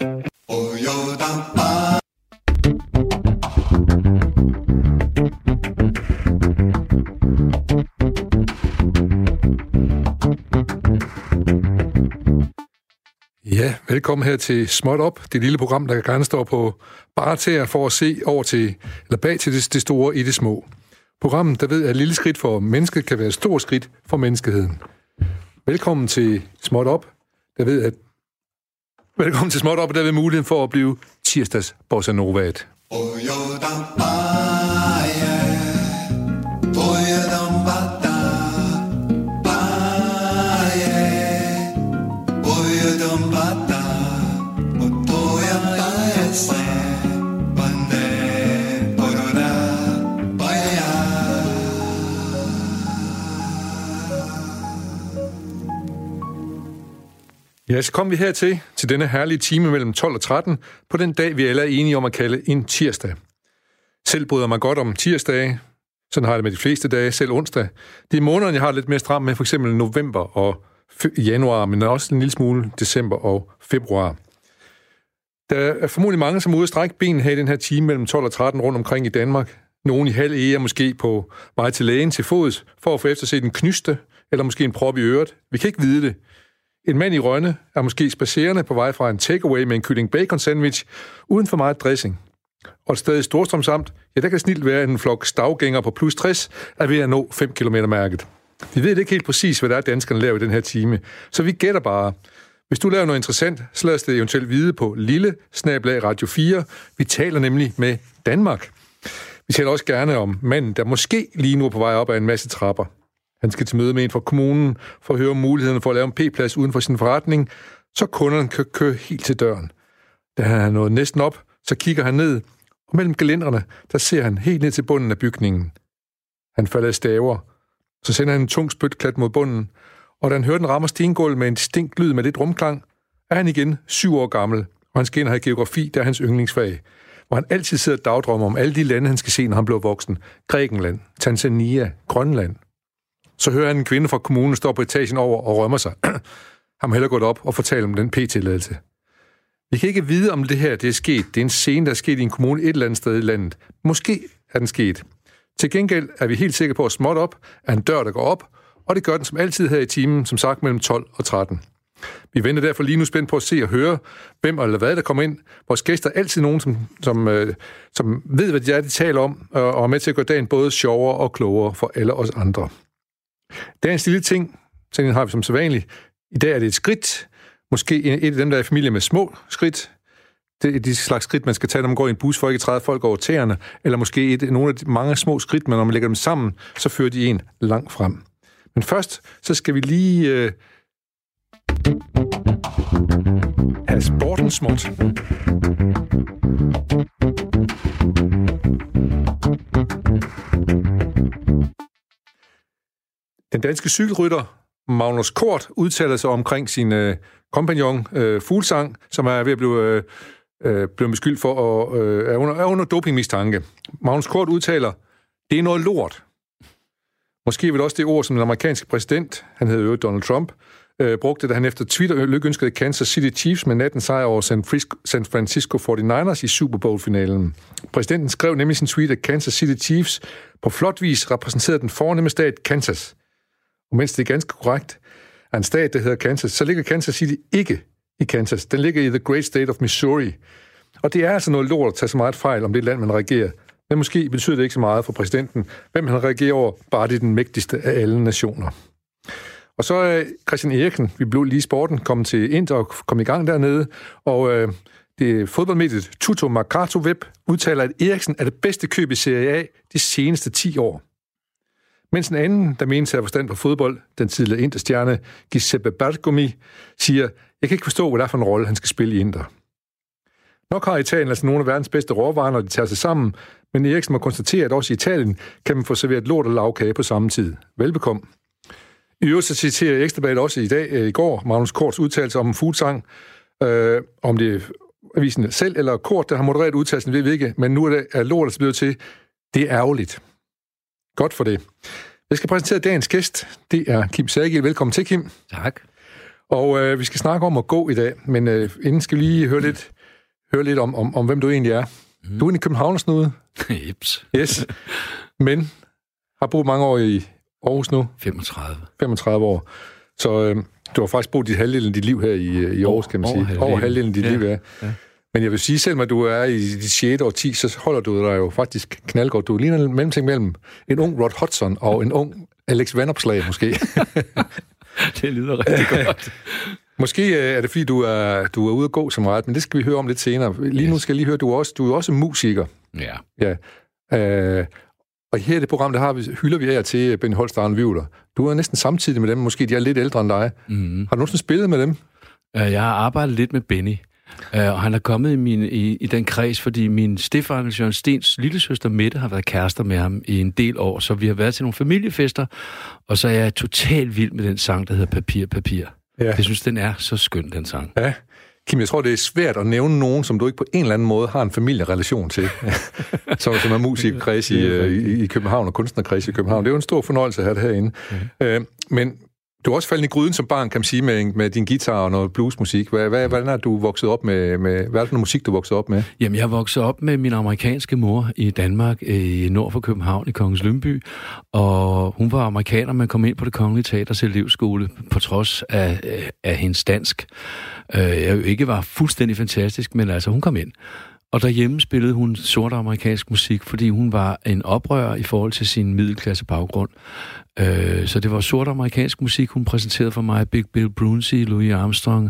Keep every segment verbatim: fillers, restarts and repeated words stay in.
Ja, velkommen her til Småt Op, det lille program, der gerne står på bare tæer for at se over til, eller bag til det, det store i det små. Programmet, der ved, at et lille skridt for mennesket kan være et stort skridt for menneskeheden. Velkommen til Småt Op, der ved, at velkommen til Småt Op, der ved muligheden for at blive tirsdags bossa novaet. Ja, så kom vi hertil, til denne herlige time mellem tolv og tretten, på den dag, vi alle er enige om at kalde en tirsdag. Selv bryder mig godt om tirsdage, sådan har jeg det med de fleste dage, selv onsdag. Det er månederne, jeg har lidt mere stramt med, for eksempel november og januar, men også en lille smule december og februar. Der er formodentlig mange, som er ude at strække benene her i den her time mellem tolv og tretten rundt omkring i Danmark. Nogle i halv eger måske på vej til lægen til fods, for at få efterset en knyste, eller måske en prop i øret. Vi kan ikke vide det. En mand i Rønne er måske spacerende på vej fra en takeaway med en kylling bacon sandwich, uden for meget dressing. Og et sted i Storstrøms Amt, ja, der kan snilt være en flok stavgængere på plus tres, er ved at nå fem kilometer mærket. Vi ved ikke helt præcis, hvad der er, danskerne laver i den her time, så vi gætter bare. Hvis du laver noget interessant, så lad os det eventuelt vide på lille snabel-a radio fire. Vi taler nemlig med Danmark. Vi taler også gerne om manden, der måske lige nu er på vej op ad en masse trapper. Han skal til møde med en fra kommunen for at høre om muligheden for at lave en p-plads uden for sin forretning, så kunderne kan køre helt til døren. Da han er nået næsten op, så kigger han ned, og mellem gelenderne, der ser han helt ned til bunden af bygningen. Han falder i staver, så sender han en tung spytklat mod bunden, og da han hører den rammer stengulvet med en distinkt lyd med lidt rumklang, er han igen syv år gammel, og han skal ind og have geografi, der er hans yndlingsfag, hvor han altid sidder og dagdrømmer om alle de lande, han skal se, når han bliver voksen. Grækenland, Tanzania, Grønland. Så hører han en kvinde fra kommunen stå på etagen over og rømmer sig. Han må hellere gå op og fortælle om den p-tilladelse. Vi kan ikke vide, om det her det er sket. Det er en scene, der er sket i en kommune et eller andet sted i landet. Måske er den sket. Til gengæld er vi helt sikre på, at Småt Op er en dør, der går op, og det gør den som altid her i timen, som sagt mellem tolv og tretten. Vi venter derfor lige nu spændt på at se og høre, hvem eller hvad der kommer ind. Vores gæster er altid nogen, som, som, øh, som ved, hvad de er, de taler om, og er med til at gøre dagen både sjovere og klogere for alle os andre. Dagens lille ting, sådan har vi som sædvanligt. I dag er det et skridt. Måske et af dem, der er i familie med små skridt. Det er de slags skridt, man skal tage, når man går i en bus, for ikke at træde folk over tæerne. Eller måske et, nogle af de mange små skridt, men når man lægger dem sammen, så fører de en langt frem. Men først, så skal vi lige øh, have sporten småt. Den danske cykelrytter Magnus Kort udtaler sig omkring sin øh, kompagnon øh, Fuglsang, som er ved at blive, øh, blive beskyldt for at øh, er under, er under dopingmistanke. Magnus Kort udtaler, det er noget lort. Måske vil også det ord, som den amerikanske præsident, han hedder jo Donald Trump, øh, brugte, da han efter Twitter lykønskede Kansas City Chiefs med natten sejr over San Francisco forty-niners i Super Bowl-finalen. Præsidenten skrev nemlig sin tweet, at Kansas City Chiefs på flot vis repræsenterede den fornemme stat Kansas. Og mens det er ganske korrekt, er en stat, der hedder Kansas, så ligger Kansas City ikke i Kansas. Den ligger i the great state of Missouri. Og det er altså noget lort at tage så meget fejl om det land, man regerer. Men måske betyder det ikke så meget for præsidenten, hvem han regerer over, bare det er den mægtigste af alle nationer. Og så er Christian Eriksen, vi blev lige i sporten, kom til Inter og kom i gang dernede, og øh, det fodboldmediet Tutto Mercato Web udtaler, at Eriksen er det bedste køb i Serie A de seneste ti år. Mens en anden, der menes at have forstand på fodbold, den tidligere Inter-stjerne Giuseppe Bergomi, siger, jeg kan ikke forstå, hvad det er for en rolle, han skal spille i Inter. Nok har Italien altså nogle af verdens bedste råvarer, når de tager sig sammen, men Eriksen må konstatere, at også i Italien kan man få serveret lort og lavkage på samme tid. Velbekomme. I øvrigt så citerer Ekstra Bladet også i dag, i går, Magnus Korts udtalelse om Fuglsang, øh, om det avisen selv eller Kort, der har modereret udtalelsen, ved vi ikke, men nu er det er lort, der bliver til, det er ærgerligt. Godt for det. Jeg skal præsentere dagens gæst. Det er Kim Sagiel. Velkommen til, Kim. Tak. Og øh, vi skal snakke om at gå i dag, men øh, inden skal vi lige høre lidt, høre lidt om, om, om, hvem du egentlig er. Mm. Du er en københavnersnude. Jeps. Yes. Men har boet mange år i Aarhus nu. femogtredive. femogtredive år. Så øh, du har faktisk boet dit halvdelen af dit liv her i, i Aarhus, kan man sige. Over halvdelen, over halvdelen af dit ja. liv, ja. ja. Men jeg vil sige, selvom at du er i dit sjette årti, så holder du dig jo faktisk knaldgodt. Du ligner en mellemting mellem en ung Rod Hudson og en ung Alex Vanopslagh, måske. Det lyder rigtig godt. Måske er det, fordi du er, du er ude at gå som ret, men det skal vi høre om lidt senere. Lige nu skal jeg lige høre, du er også, du er også musiker. Ja. Ja. Øh, og her i det program, der har vi, hylder vi af til Benny Holst og Arne Wivler. Du er næsten samtidig med dem, måske de er lidt ældre end dig. Mm-hmm. Har du nogensinde spillet med dem? Jeg har arbejdet lidt med Benny. Uh, og han er kommet i, min, i, i den kreds, fordi min stedfar, Jørgen Stens lillesøster Mette, har været kærester med ham i en del år, så vi har været til nogle familiefester, og så er jeg totalt vild med den sang, der hedder Papir, Papir. Ja. Jeg synes, den er så skøn, den sang. Ja. Kim, jeg tror, det er svært at nævne nogen, som du ikke på en eller anden måde har en familierelation til, som, som er musikerkreds i, i, i København og kunstnerkreds i København. Det er jo en stor fornøjelse at have det herinde. Okay. Uh, men du er også faldet i gryden som barn, kan man sige, med, med din guitar og noget bluesmusik. Hvad, hvad, hvordan er du vokset op med, med... Hvad er det for noget musik, du voksede op med? Jamen, jeg voksede op med min amerikanske mor i Danmark, i nord for København, i Kongens Lyngby. Og hun var amerikaner, men kom ind på Det Kongelige Teaters elevskole, på trods af, af hendes dansk. Jeg jo ikke var fuldstændig fantastisk, men altså, hun kom ind. Og derhjemme spillede hun sort amerikansk musik, fordi hun var en oprører i forhold til sin middelklasse baggrund. Øh, så det var sort amerikansk musik, hun præsenterede for mig. Big Bill Brunsey, Louis Armstrong,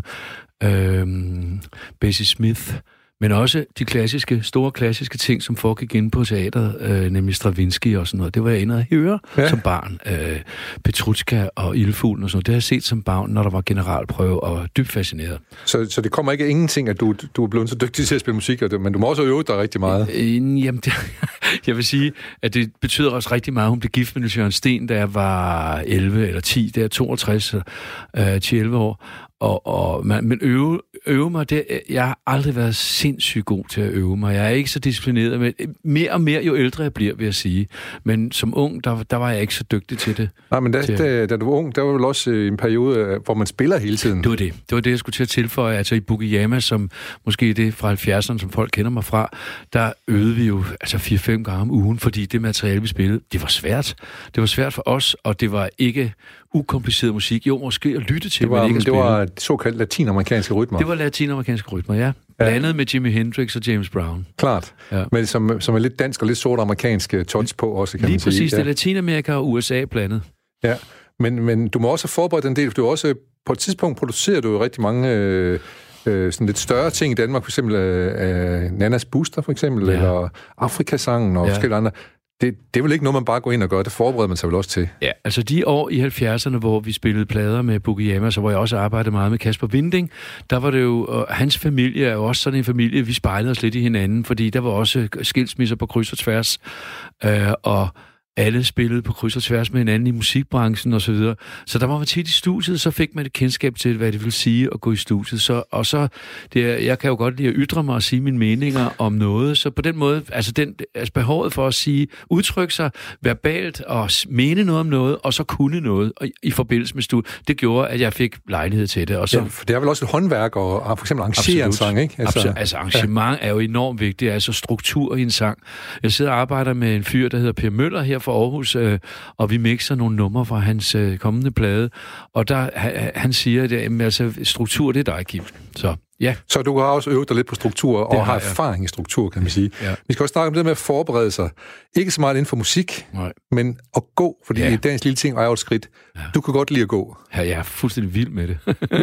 øh, Bessie Smith, men også de klassiske, store klassiske ting, som foregik inde på teateret, øh, nemlig Stravinsky og sådan noget. Det var jeg inde at høre ja. som barn. Øh, Petrushka og Ildfuglen og sådan noget. Det har jeg set som barn, når der var generalprøve, og dybt fascineret. Så, så det kommer ikke af ingenting, at du, du er blevet så dygtig til at spille musik, men du må også øve dig rigtig meget. Øh, jamen, det, jeg vil sige, at det betyder også rigtig meget. Hun blev gift med Jørgen Sten, da jeg var elleve eller ti, der er toogtres, øh, ti elleve år. Og, og man, men øve, øve mig, det, jeg har aldrig været sindssygt god til at øve mig. Jeg er ikke så disciplineret, men mere og mere, jo ældre jeg bliver, vil jeg sige. Men som ung, der, der var jeg ikke så dygtig til det. Nej, men da, da, da du var ung, der var vel også en periode, hvor man spiller hele tiden. Det var det. Det var det, jeg skulle til at tilføje. Altså i Bugiyama, som måske det fra halvfjerdserne, som folk kender mig fra, der øvede vi jo altså fire fem gange om ugen, fordi det materiale, vi spillede, det var svært. Det var svært for os, og det var ikke ukompliceret musik. Jo, måske at lytte til, det var, men ikke at spille. Det var såkaldt latinamerikanske rytmer. Det var latinamerikanske rytmer, ja. Blandet ja. med Jimi Hendrix og James Brown. Klart. Ja. Men som, som er lidt dansk og lidt sort amerikansk touch på også, kan Lige man sige. Lige præcis. Ja. Det er Latinamerika og U S A blandet. Ja, men, men du må også have forberedt en del. Du også, på et tidspunkt producerer du jo rigtig mange øh, øh, sådan lidt større ting i Danmark. For eksempel øh, Nanas Booster, for eksempel, ja. eller Afrikasangen og ja. forskellige andre. Det, det er vel ikke noget, man bare går ind og gør. Det forbereder man sig vel også til. Ja, altså de år i halvfjerdserne, hvor vi spillede plader med Bugiyama, så hvor jeg også arbejdede meget med Kasper Winding, der var det jo, og hans familie er jo også sådan en familie, vi spejlede os lidt i hinanden, fordi der var også skilsmisser på kryds og tværs, øh, og alle spillede på kryds og tværs med hinanden i musikbranchen og så videre. Så der var man tit i studiet, så fik man et kendskab til, hvad det vil sige at gå i studiet. Så, og så, det er, jeg kan jo godt lide at ytre mig og sige mine meninger om noget, så på den måde, altså, den, altså behovet for at sige, udtrykke sig verbalt og mene noget om noget, og så kunne noget og, i forbindelse med studiet, det gjorde, at jeg fik lejlighed til det. Og så, ja, for det er vel også et håndværk og for eksempel arrangere en sang, ikke? Altså, Absolut. altså arrangement ja. er jo enormt vigtigt, altså struktur i en sang. Jeg sidder og arbejder med en fyr, der hedder Per Møller her for Aarhus, øh, og vi mixer nogle numre fra hans øh, kommende plade, og der han, han siger, at jamen, altså, struktur, det er dig, Kim. Så ja. Så du har også øvet dig lidt på struktur, og har, har erfaring i struktur, kan man sige. Ja. Vi skal også snakke om det med at forberede sig. Ikke så meget inden for musik, Nej. men at gå, fordi ja. dagens lille ting er jo et skridt. Ja. Du kan godt lide at gå. Ja, jeg er fuldstændig vild med det.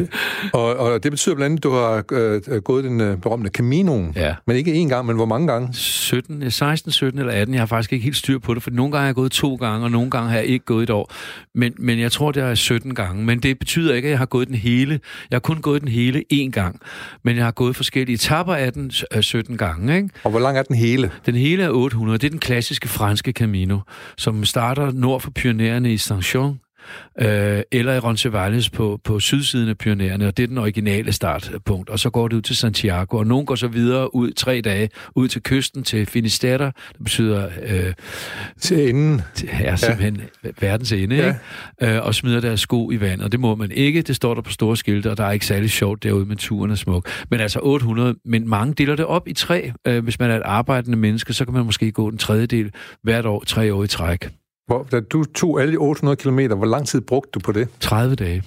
og, og det betyder blandt andet, at du har øh, gået den øh, berømte Caminoen. Ja. Men ikke én gang, men hvor mange gange? sytten, seksten, sytten eller atten. Jeg har faktisk ikke helt styr på det, for nogle gange har jeg gået to gange, og nogle gange har jeg ikke gået et år. Men, men jeg tror, det er sytten gange. Men det betyder ikke, at jeg har gået den hele. Jeg har kun gået den hele én gang. Men jeg har gået forskellige etapper af den sytten gange, ikke? Og hvor lang er den hele? Den hele er otte hundrede. Det er den klassiske franske Camino, som starter nord for Pyrenæerne i Saint-Jean, øh, eller i Roncesvalles på, på sydsiden af Pyrenæerne, og det er den originale startpunkt. Og så går det ud til Santiago, og nogen går så videre ud tre dage, ud til kysten, til Finisterre, det betyder... Øh, til enden. Til, ja, simpelthen ja. verdens ende, ja. Ikke? Øh, og smider deres sko i vandet. Det må man ikke, det står der på store skilte, og der er ikke særlig sjovt derude, men turen er smuk. Men altså otte hundrede, men mange deler det op i tre. Øh, hvis man er et arbejdende menneske, så kan man måske gå den tredjedel hvert år, tre år i træk. Hvor, da du tog alle otte hundrede kilometer, hvor lang tid brugte du på det? tredive dage.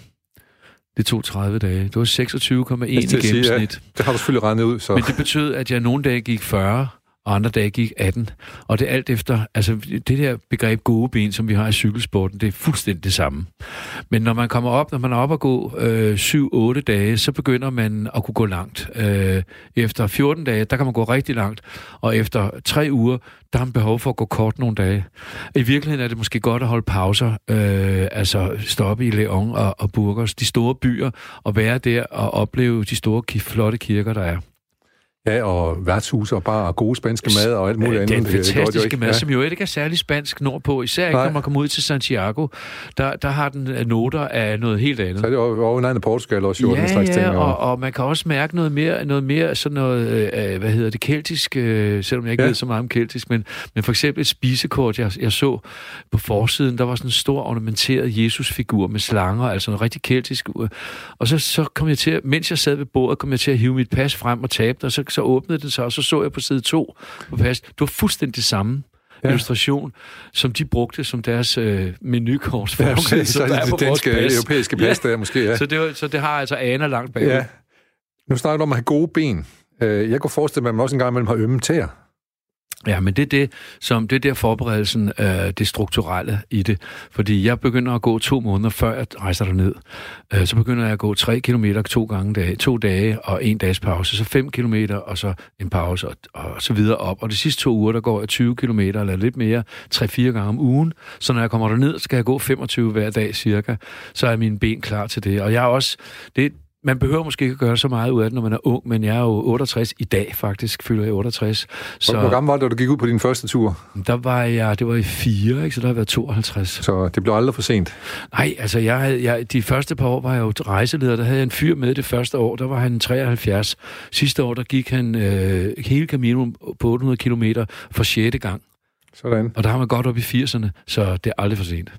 Det tog tredive dage. Det var seksogtyve komma en i gennemsnit. Sige, ja. Det har du selvfølgelig regnet ud. Så. Men det betød, at jeg nogle dage gik fyrre, og andre dage gik atten. Og det er alt efter, altså det der begreb gode ben, som vi har i cykelsporten, det er fuldstændig det samme. Men når man kommer op, når man er op at gå øh, syv otte dage, så begynder man at kunne gå langt. Øh, efter fjorten dage, der kan man gå rigtig langt. Og efter tre uger, der har man behov for at gå kort nogle dage. I virkeligheden er det måske godt at holde pauser, øh, altså stoppe i León og, og Burgos, de store byer, og være der og opleve de store, flotte kirker, der er. Ja, og værtshus og bare gode spanske mad og alt muligt andet. Den fantastiske mad, ja. Som jo ikke er særlig spansk nordpå, især ikke, når man kommer ud til Santiago. Der, der har den noter af noget helt andet. Så er det over en anden Portugal også, jo, ja, den slags ja, ting. Og... Og, og man kan også mærke noget mere, noget mere sådan noget, øh, hvad hedder det, keltisk, øh, selvom jeg ikke ja. ved så meget om keltisk, men, men for eksempel et spisekort, jeg, jeg så på forsiden, der var sådan en stor ornamenteret Jesusfigur med slanger, altså noget rigtig keltisk. Og så, så kom jeg til, mens jeg sad ved bordet, kom jeg til at hive mit pas frem og tabe det, og så så åbnede den sig, og så så jeg på side to på pas. Det var fuldstændig det samme ja. illustration, som de brugte som deres øh, menukort. Ja, okay, så det er det danske, europæiske pas ja. der måske, ja. Så det, så det har altså aner langt bagud. Ja. Nu snakker du om at have gode ben. Jeg kunne forestille mig, at man også en gang imellem har ømme tæer. Ja, men det er det, som det er der forberedelsen, øh, det strukturelle i det. Fordi jeg begynder at gå to måneder, før jeg rejser derned. Øh, så begynder jeg at gå tre kilometer to gange dage, to dage og en dags pause. Så fem kilometer, og så en pause, og, og så videre op. Og de sidste to uger, der går jeg tyve kilometer, eller lidt mere, tre-fire gange om ugen. Så når jeg kommer derned, skal jeg gå femogtyve hver dag cirka. Så er mine ben klar til det. Og jeg er også... Det, Man behøver måske ikke at gøre så meget ud af det, når man er ung, men jeg er jo otteogtres i dag, faktisk, fylder jeg otteogtres. Så hvor gammel var det, da du gik ud på din første tur? Der var jeg, det var i fire, ikke? Så der har jeg været tooghalvtreds. Så det blev aldrig for sent? Nej, altså jeg havde, jeg, de første par år var jeg jo rejseleder, der havde jeg en fyr med det første år, der var han treoghalvfjerds. Sidste år, der gik han øh, hele Camino på otte hundrede kilometer for sjette gang. Sådan. Og der har man godt op i firserne, så det er aldrig for sent.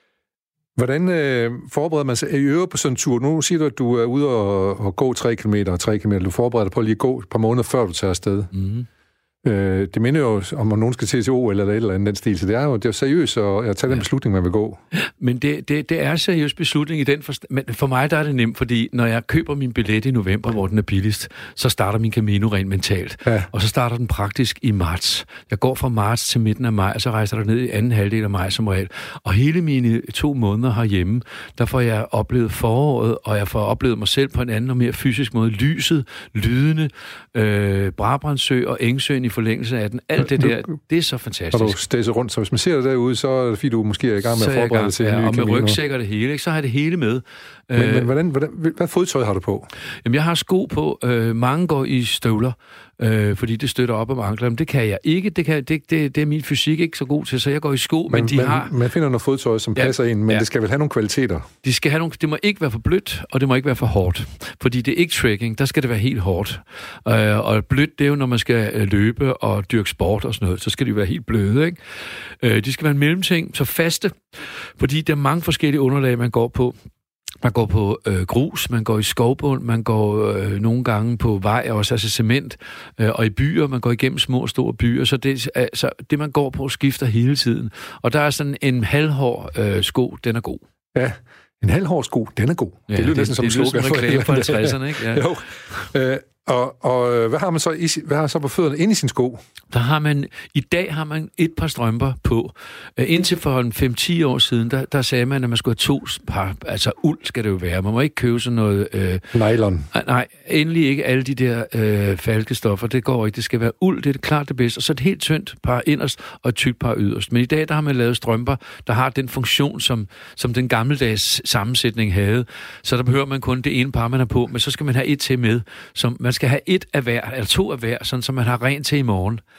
Hvordan øh, forbereder man sig i øvrigt på sådan en tur? Nu siger du, at du er ude og, og gå tre kilometer og tre kilometer. Du forbereder dig på at lige gå et par måneder, før du tager afsted. Mm-hmm. Øh, det minder jo om, at nogen skal til T O eller et eller andet den stil. Så det er jo, det er jo seriøst at tage den ja. beslutning, man vil gå. Men det, det, det er en seriøs beslutning i den forstand. Men for mig der er det nemt, fordi når jeg køber min billet i november, hvor den er billigst, så starter min Camino rent mentalt. Ja. Og så starter den praktisk i marts. Jeg går fra marts til midten af maj, og så rejser jeg ned i anden halvdel af maj som regel. Og hele mine to måneder herhjemme, der får jeg oplevet foråret, og jeg får oplevet mig selv på en anden og mere fysisk måde. Lyset, lydene, øh, Brabrandsø og Engsøen i forlængelse af den. Alt det der, det er så fantastisk. Og du stæser rundt, så hvis man ser dig derude, så er det fordi, du måske er i gang med at forberede dig til en ny Camino. Og med rygsæk og det hele, ikke? Så har jeg det hele med. Men, øh, men hvordan, hvordan, hvad fodtøj har du på? Jamen, jeg har sko på. Øh, mange går i støvler, øh, fordi det støtter op om anklerne. Det kan jeg ikke. Det, kan, det, det, det er min fysik ikke så god til, så jeg går i sko, men, men de man, har... Man finder noget fodtøj, som ja, passer ind, men ja. det skal vel have nogle kvaliteter? De skal have nogle, det må ikke være for blødt, og det må ikke være for hårdt. Fordi det er ikke trekking, der skal det være helt hårdt. Øh, og blødt, det er jo, når man skal løbe og dyrke sport og sådan noget, så skal de være helt bløde, ikke? Øh, de skal være en mellemting, så faste, fordi der er mange forskellige underlag, man går på. Man går på øh, grus, man går i skovbund, man går øh, nogle gange på vej, også altså cement, øh, og i byer, man går igennem små og store byer, så det, altså, det man går på skifter hele tiden. Og der er sådan en halvhård øh, sko, den er god. Ja, en halvhård sko, den er god. Ja, det lyder næsten som en slogan for reklame fra halvtredserne, ikke? Ja. Jo. Øh, og, og hvad har man så i, hvad har så på fødderne inde i sin sko? Der har man, i dag har man et par strømper på. Indtil for en fem til ti år siden, der, der sagde man, at man skulle have to par, altså uld skal det jo være. Man må ikke købe sådan noget... Øh, Nylon. Nej, endelig ikke alle de der øh, falkestoffer. Det går ikke. Det skal være uld, det er det klart det bedste. Og så et helt tyndt par inderst og et tykt par yderst. Men i dag, der har man lavet strømper, der har den funktion, som, som den gammeldags sammensætning havde. Så der behøver man kun det ene par, man har på, men så skal man have et til med. Som, man skal have et af hver, eller to af hver, sådan så man har rent til i morgen.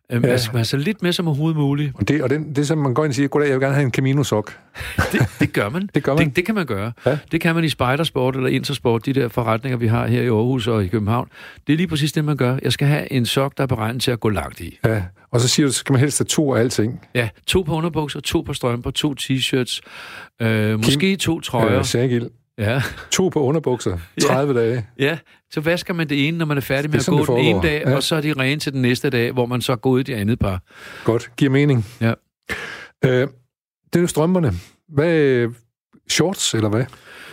Øh, ja. Altså, altså lidt mere som overhovedet muligt. Og det, og den, det er som man går ind og siger, goddag, jeg vil gerne have en Camino-sok. det, det gør man. det gør man. Det, det kan man gøre. Ja. Det kan man i Spejdersport eller Intersport, de der forretninger, vi har her i Aarhus og i København. Det er lige præcis det, man gør. Jeg skal have en sok, der er beregnet til at gå langt i. Ja, og så siger du, så skal man helst have to af alting. Ja, to på underbukser, to på strømper, to t-shirts, øh, måske Kim, to trøjer. Øh, Sægild. Ja. To på underbukser, tredive ja. dage. Ja, så vasker man det ene, når man er færdig med at gå den ene dag, ja. og så er de rene til den næste dag, hvor man så går ud i det andet par. Godt, giver mening. Ja. Øh, det er jo strømperne. Hvad, shorts, eller hvad?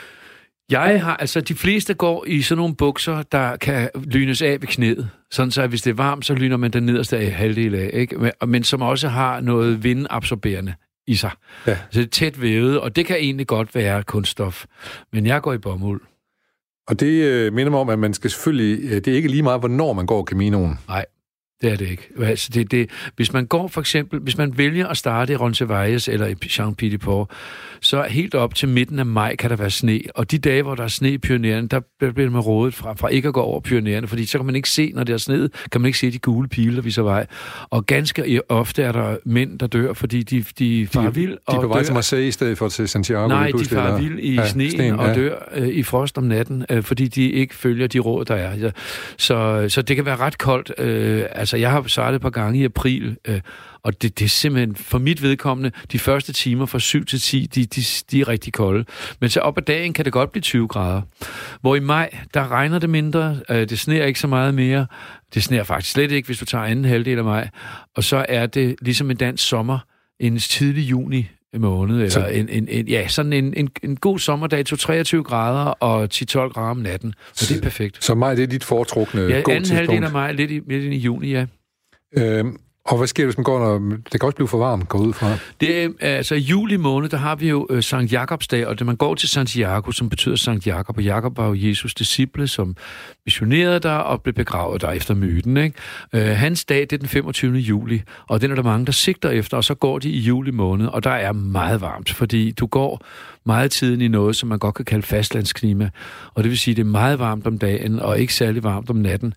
Jeg har, altså de fleste går i sådan nogle bukser, der kan lynes af ved knæet. Sådan så, at hvis det er varmt, så lyner man den nederste af halvdel af, ikke? Men, men som også har noget vindabsorberende i sig. Ja. Så det er tæt vævet, og det kan egentlig godt være kunststof. Men jeg går i bomuld. Og det øh, minder mig om, at man skal selvfølgelig... Det er ikke lige meget, hvornår man går Caminoen. Nej, det er det ikke. Altså, det, det, hvis man går for eksempel... Hvis man vælger at starte i Roncesvalles eller i Champy-de-Port, så helt op til midten af maj kan der være sne. Og de dage, hvor der er sne i Pyrenæerne, der bliver man rådet fra, fra ikke at gå over Pyrenæerne, fordi så kan man ikke se, når det er sne, kan man ikke se de gule pile, der viser vej. Og ganske ofte er der mænd, der dør, fordi de, de farer vild og De er på vej dør. til Marseille i stedet for til Santiago. Nej, de farer vild i ja, sneen, sneen og ja. dør øh, i frost om natten, øh, fordi de ikke følger de råd, der er. Så, så det kan være ret koldt. Øh, altså, jeg har sejlet et par gange i april, øh, og det, det er simpelthen, for mit vedkommende, de første timer fra syv til ti, de, de, de er rigtig kolde. Men så op ad dagen kan det godt blive tyve grader. Hvor i maj, der regner det mindre, øh, det sneer ikke så meget mere. Det sneer faktisk slet ikke, hvis du tager anden halvdel af maj. Og så er det ligesom en dansk sommer, en tidlig juni måned, eller så... en, en, en, ja, sådan en, en, en god sommerdag, to treogtyve grader og ti til tolv grader om natten. Så det er perfekt. Så maj, det er dit foretrukne ja, god tidspunkt? Ja, anden halvdel af maj, lidt, i, lidt ind i juni, ja. Øhm, og hvad sker, hvis man går, når det kan også blive for varmt, går ud fra? Det er, altså i juli måned, der har vi jo øh, Sankt Jakobsdag, og det man går til Santiago, som betyder Sankt Jakob, og Jakob var jo Jesus disciple, som missionerede der og blev begravet der efter myten, ikke? Øh, hans dag, det er den femogtyvende juli, og den er der mange, der sigter efter, og så går de i juli måned, og der er meget varmt, fordi du går meget tiden i noget, som man godt kan kalde fastlandsklima, og det vil sige, at det er meget varmt om dagen, og ikke særlig varmt om natten.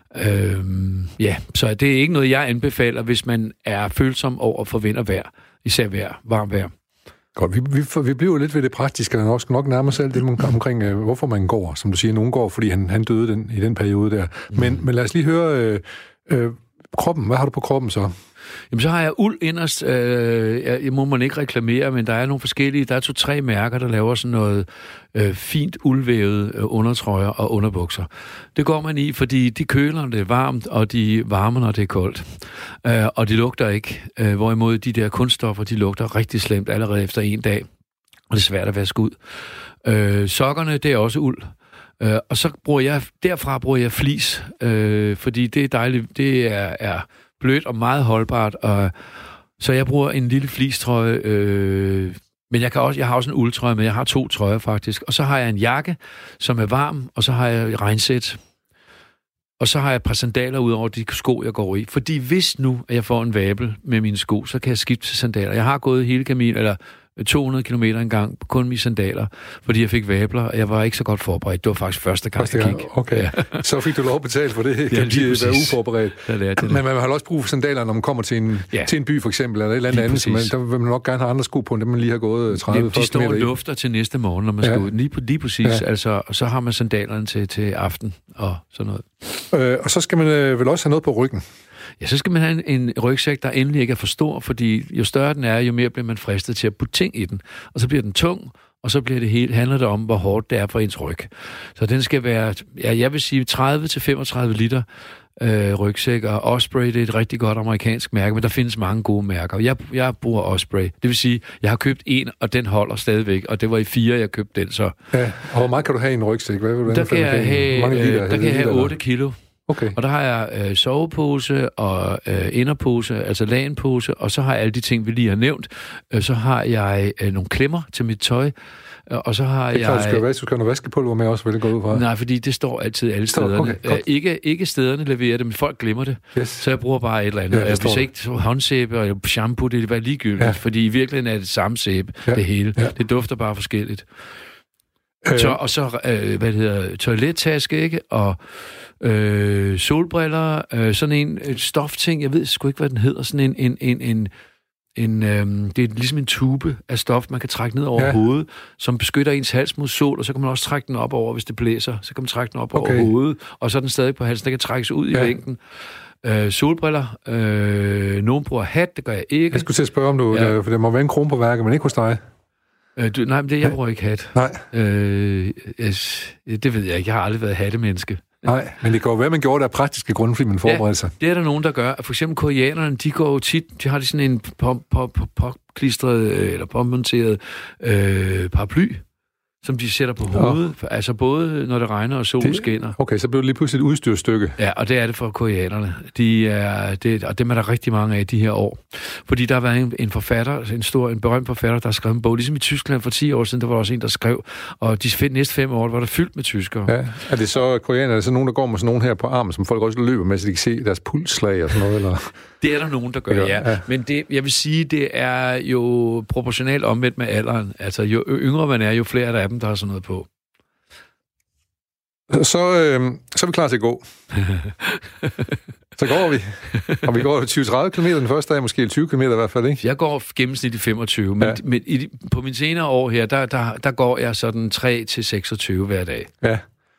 Øhm, ja, så det er ikke noget, jeg anbefaler, hvis man er følsom over for vind og vejr, især vejr, varmt vejr. Godt, vi, vi, vi bliver jo lidt ved det praktiske, og nok, nok nærmere selv det omkring, øh, hvorfor man går. Som du siger, nogen går, fordi han, han døde den, i den periode der. Men, mm. men lad os lige høre øh, øh, kroppen. Hvad har du på kroppen så? Jamen, så har jeg uld inderst. Øh, jeg, jeg må man ikke reklamere, men der er nogle forskellige. Der er to-tre mærker, der laver sådan noget øh, fint uldvævet øh, undertrøjer og underbukser. Det går man i, fordi de køler, når det er varmt, og de varmer, når det er koldt. Øh, og de lugter ikke. Øh, hvorimod de der kunststoffer, de lugter rigtig slemt allerede efter en dag. Og det er svært at vaske ud. Øh, sokkerne, det er også uld. Øh, og så bruger jeg, derfra bruger jeg flis, øh, fordi det er dejligt. Det er... er blødt og meget holdbart, og så jeg bruger en lille fleecetrøje, øh, men jeg kan også, jeg har også en uldtrøje, men jeg har to trøjer faktisk, og så har jeg en jakke, som er varm, og så har jeg et regnsæt, og så har jeg et par sandaler ud over de sko, jeg går i, fordi hvis nu, at jeg får en vabel med mine sko, så kan jeg skifte til sandaler. Jeg har gået hele Camino, eller to hundrede kilometer en gang, kun med sandaler, fordi jeg fik vabler, og jeg var ikke så godt forberedt. Det var faktisk første gang, første gang. jeg gik. Okay, ja. Så fik du lov at betale for det, kan ja, de være uforberedt. Ja, det er det. Men man har også brug for sandaler, når man kommer til en, ja. til en by for eksempel, eller et eller andet andet, så man, der vil man nok gerne have andre sko på, end man lige har gået tredive meter. De står og lufter til næste morgen, når man ja. skal ud. Lige, lige præcis, ja. altså, og så har man sandalerne til, til aften, og sådan noget. Øh, og så skal man øh, vel også have noget på ryggen. Ja, så skal man have en, en rygsæk, der endelig ikke er for stor, fordi jo større den er, jo mere bliver man fristet til at putte ting i den. Og så bliver den tung, og så bliver det helt, handler det om, hvor hårdt det er for ens ryg. Så den skal være, ja, jeg vil sige tredive til femogtredive liter øh, rygsæk, og Osprey, det er et rigtig godt amerikansk mærke, men der findes mange gode mærker. Jeg, jeg bruger Osprey. Det vil sige, jeg har købt en, og den holder stadigvæk, og det var i fire, jeg købte den så. Ja, og hvor meget kan du have i en rygsæk? Hvad vil du der kan jeg have, mange liter, øh, der kan jeg have otte kilo. Okay. Og der har jeg øh, sovepose og øh, inderpose, altså lagenpose, og så har jeg alle de ting, vi lige har nævnt. Øh, så har jeg øh, nogle klemmer til mit tøj, øh, og så har det er jeg... klart, du skal, du skal have noget vaskepulver med også, vil det gå ud fra? Nej, fordi det står altid alle stederne. Okay, øh, ikke, ikke stederne leverer det, men folk glemmer det. Yes. Så jeg bruger bare et eller andet. Ja, Hvis ikke så håndsæbe og shampoo, det er bare ligegyldigt, ja. fordi i virkeligheden er det samme sæbe, ja. det hele. Ja. Det dufter bare forskelligt. Øh. Så, og så, øh, hvad det hedder, toilettaske, ikke? Og øh, solbriller, øh, sådan en øh, stofting, jeg ved sgu ikke, hvad den hedder, sådan en, en, en, en En, øhm, det er ligesom en tube af stof, man kan trække ned over ja. hovedet, som beskytter ens hals mod sol, og så kan man også trække den op over, hvis det blæser. Så kan man trække den op okay. over hovedet, og så er den stadig på halsen. Den kan trækkes ud ja. i længden. Øh, solbriller. Øh, nogen bruger hat, det gør jeg ikke. Jeg skulle til at spørge, om du... Ja. Der, for det må være en krone på værket, men ikke hos dig. Øh, du, nej, men det, jeg bruger ikke hat. Nej. Øh, yes, det ved jeg ikke. Jeg har aldrig været hattemenneske. Nej, men det går jo være, man gjorde det af praktiske grunde, fordi man forbereder sig. Ja, det er der nogen, der gør. For eksempel koreanerne, de går jo tit, de har de sådan en påklistret eller påmonteret øh, paraply, som de sætter på hovedet. Ja. Altså både når det regner og solen skinner. Okay, så bliver det lige pludselig et udstyrstykke. Ja, og det er det for koreanerne. De er, det, og dem er der rigtig mange af de her år. Fordi der har været en, en forfatter, en stor, en berømt forfatter, der har skrevet en bog. Ligesom i Tyskland for ti år siden, der var også en, der skrev. Og de næste fem år var der fyldt med tyskere. Ja. Er det så koreanere? Er det så nogen, der går med sådan nogen her på armen, som folk også løber med, så de kan se deres pulsslag og sådan noget? Eller? Det er der nogen, der gør, ja. ja. ja. Men det, jeg vil sige, det er jo proportionalt omvendt med alderen. Altså, jo yngre man er, jo flere er der af dem, der har sådan noget på. Så, øh, så er vi klar til at gå. Så går vi. Og vi går tyve til tredive kilometer den første dag, måske tyve kilometer i hvert fald, ikke? Jeg går gennemsnitligt femogtyve, men, ja. men i, på mine senere år her, der, der, der går jeg sådan tre til seksogtyve hver dag. Ja.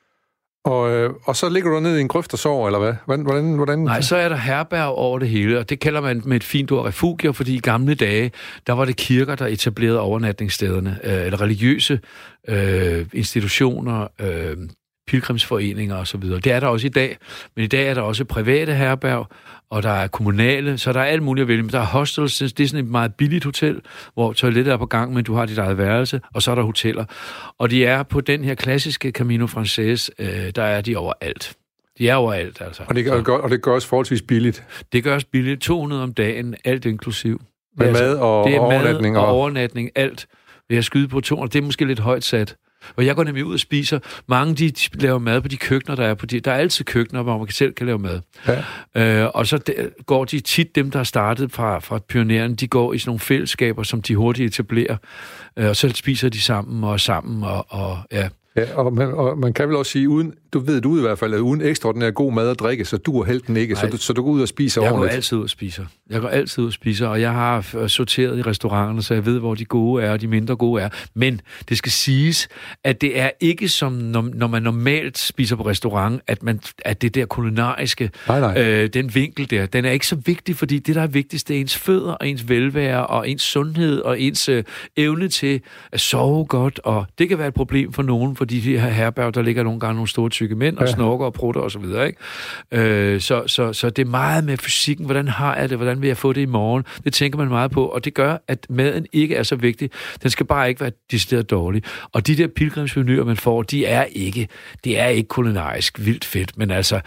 Og, øh, og så ligger du ned i en grøft og sover, eller hvad? Hvordan, hvordan, hvordan? Nej, så er der herberg over det hele, og det kalder man med et fint ord refugier, fordi i gamle dage, der var det kirker, der etablerede overnatningsstederne, øh, eller religiøse øh, institutioner, øh, pilgrimsforeninger og så videre. Det er der også i dag, men i dag er der også private herberg, og der er kommunale, så der er alt muligt at vælge. Der er hostels, det er sådan et meget billigt hotel, hvor toilettet er på gang, men du har dit eget værelse, og så er der hoteller. Og de er på den her klassiske Camino Francés, øh, der er de overalt. De er overalt, altså. Og det gør, og det gør også forholdsvis billigt? Det gør også billigt. to hundrede om dagen, alt inklusiv. Med altså, mad og det er overnatning? Mad og overnatning, alt. Vil jeg skyde på to hundrede. Det er måske lidt højt sat. Og jeg går nemlig ud og spiser. Mange, de, de laver mad på de køkkener, der er på de... Der er altid køkkener, hvor man selv kan lave mad. Ja. Øh, og så de, går de tit, dem der har startet fra, fra pionererne, de går i sådan nogle fællesskaber, som de hurtigt etablerer. Øh, og så spiser de sammen og sammen, og, og ja... Ja, og man, og man kan vel også sige, uden, du ved du i hvert fald, at uden ekstraordinær god mad og drikke, så duer helten ikke, så du, så du går ud og spiser jeg ordentligt. Jeg går altid ud og spiser. Jeg går altid ud og spiser, og jeg har sorteret i restauranterne, så jeg ved, hvor de gode er, og de mindre gode er. Men det skal siges, at det er ikke som, når, når man normalt spiser på restaurant, at, man, at det der kulinariske, nej, nej. Øh, den vinkel der, den er ikke så vigtig, fordi det, der er vigtigst, det er ens fødder, og ens velvære, og ens sundhed, og ens øh, evne til at sove godt, og det kan være et problem for nogen, fordi de her herberg, der ligger nogle gange nogle store tykke mænd, og ja. snorker og prutter og så videre, ikke? Øh, så, så, så det er meget med fysikken. Hvordan har jeg det? Hvordan vil jeg få det i morgen? Det tænker man meget på, og det gør, at maden ikke er så vigtig. Den skal bare ikke være decideret dårlig. Og de der pilgrimsmenuer, man får, de er ikke, det er ikke kulinarisk vildt fedt, men altså,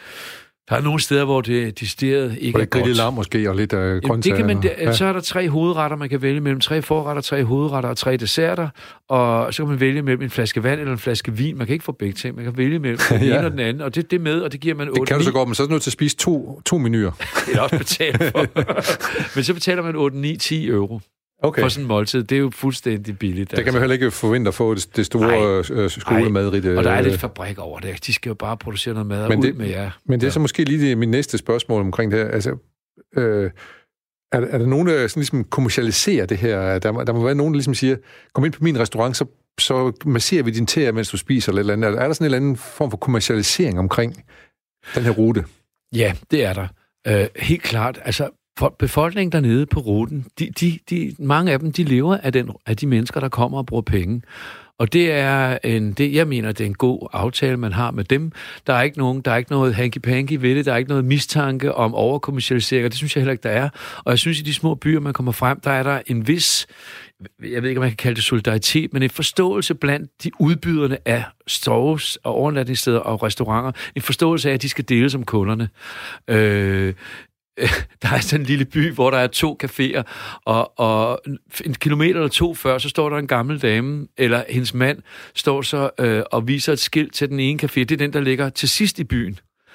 der er nogle steder, hvor det decideret ikke og er godt. Grillet lam måske, og lidt øh, grøntsager. Det kan man, ja. Så er der tre hovedretter, man kan vælge mellem. Tre forretter, tre hovedretter og tre desserter. Og så kan man vælge mellem en flaske vand eller en flaske vin. Man kan ikke få begge ting. Man kan vælge mellem den ja. ene og den anden. Og det, det er med, og det giver man otte. Det kan du så godt, men så er du nødt til at spise to, to menuer. Det er også betalt for. Men så betaler man otte, ni, ti euro. Okay. For sådan en måltid. Det er jo fuldstændig billigt. Det altså. Kan man heller ikke forvente at få det, det store øh, skolemadrigt. Og der er lidt fabrik over det. De skal jo bare producere noget mad og ud med jer. Men det er så måske lige det, mit næste spørgsmål omkring det her. Altså, øh, er, er der nogen, der sådan ligesom kommercialiserer det her? Der, der må være nogen, der ligesom siger, kom ind på min restaurant, så, så masserer vi din tæer, mens du spiser eller andet. Er der sådan en eller anden form for kommercialisering omkring den her rute? Ja, det er der. Øh, helt klart. Altså, befolkningen dernede på ruten, de, de, de, mange af dem, de lever af, den, af de mennesker, der kommer og bruger penge. Og det er en, det, jeg mener, det er en god aftale, man har med dem. Der er ikke nogen, der er ikke noget hanky-panky ved det, der er ikke noget mistanke om overkommercialisering, og det synes jeg heller ikke, der er. Og jeg synes, i de små byer, man kommer frem, der er der en vis, jeg ved ikke, om man kan kalde det solidaritet, men en forståelse blandt de udbyderne af stoves og overnatningssteder og restauranter. En forståelse af, at de skal dele som kunderne. Øh, Der er sådan en lille by, hvor der er to caféer, og, og en kilometer eller to før, så står der en gammel dame, eller hendes mand, står så øh, og viser et skilt til den ene café. Det er den, der ligger til sidst i byen.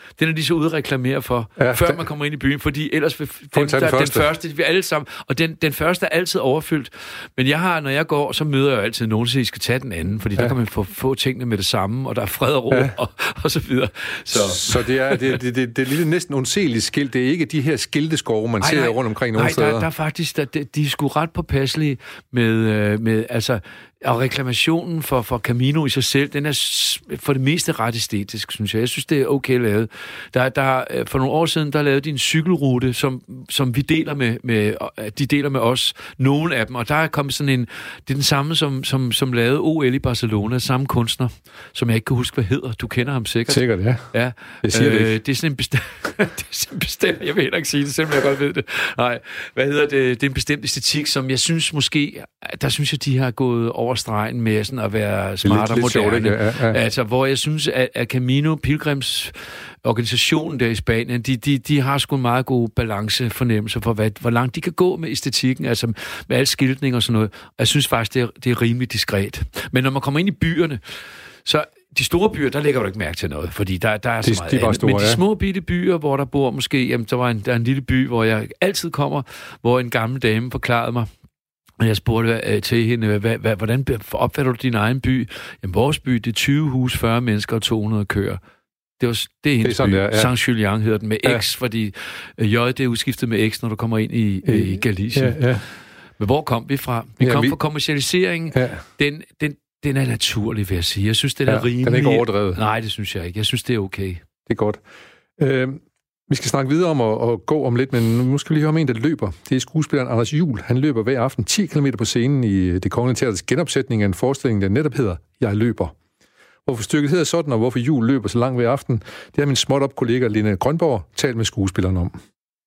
Den er de så ude at reklamere for, ja, før den, man kommer ind i byen, fordi ellers vil dem, den, der, den første, vi alle sammen, og den, den første er altid overfyldt. Men jeg har, når jeg går, så møder jeg jo altid nogen, så I skal tage den anden, fordi ja. der kan man få, få tingene med det samme, og der er fred og ro, ja. og, og så videre. Så, så det er det, det, det, det er lidt næsten undseligt skilt. Det er ikke de her skilteskove, man nej, ser nej, rundt omkring nogle nej, steder. Nej, der er faktisk, der, de, de er sgu ret påpasselige med, med, altså, og reklamationen for, for Camino i sig selv, den er for det meste ret æstetisk, synes jeg. Jeg synes, det er okay lavet. Der, der, for nogle år siden, der lavede de en cykelrute, som, som vi deler med, med, de deler med os, nogle af dem, og der er kommet sådan en, det er den samme, som, som, som lavede O L i Barcelona, samme kunstner, som jeg ikke kan huske, hvad hedder. Du kender ham sikkert. Sikkert, ja. Ja. Jeg siger øh, det ikke. Det er sådan en bestemt, det er sådan en bestemt, jeg vil heller ikke sige det, selvom jeg godt ved det. Nej, hvad hedder det? Det er en bestemt æstetik, som jeg synes måske, der synes jeg, de har gået over stregen med sådan at være smart og moderne. Ja, ja. Altså, hvor jeg synes, at, at Camino, Pilgrims organisationen der i Spanien, de, de, de har sgu en meget god balancefornemmelse for, hvad, hvor langt de kan gå med æstetikken, altså med al skiltning og sådan noget. Og jeg synes faktisk, det er, det er rimelig diskret. Men når man kommer ind i byerne, så de store byer, der lægger du ikke mærke til noget, fordi der, der er så meget de, de store, men de små bitte byer, hvor der bor måske, jamen, der var en, der er en lille by, hvor jeg altid kommer, hvor en gammel dame forklarede mig, og jeg spurgte til hende, hvad, hvad, hvordan opfatter du din egen by? Jamen, vores by, det er tyve hus, fyrre mennesker og to hundrede køer. Det, var, det er hendes det er by. Ja. Saint-Julien hedder den med ja. X, fordi J det er udskiftet med X, når du kommer ind i, øh, i Galicien. Ja, ja. Men hvor kom vi fra? Vi ja, kom vi... fra kommercialiseringen. Ja. Den, den, den er naturlig, vil jeg sige. Jeg synes, det er ja, rimelig... Den er ikke overdrevet. Nej, det synes jeg ikke. Jeg synes, det er okay. Det er godt. Øh... Vi skal snakke videre om at, at gå om lidt, men nu skal vi lige høre om en, der løber. Det er skuespilleren Anders Juhl. Han løber hver aften ti kilometer på scenen i Det Kongelige Teaters genopsætning af en forestilling, der netop hedder Jeg løber. Hvorfor stykket hedder sådan, og hvorfor Juhl løber så langt hver aften, det har min småt-op-kollega Lene Grønborg talt med skuespilleren om.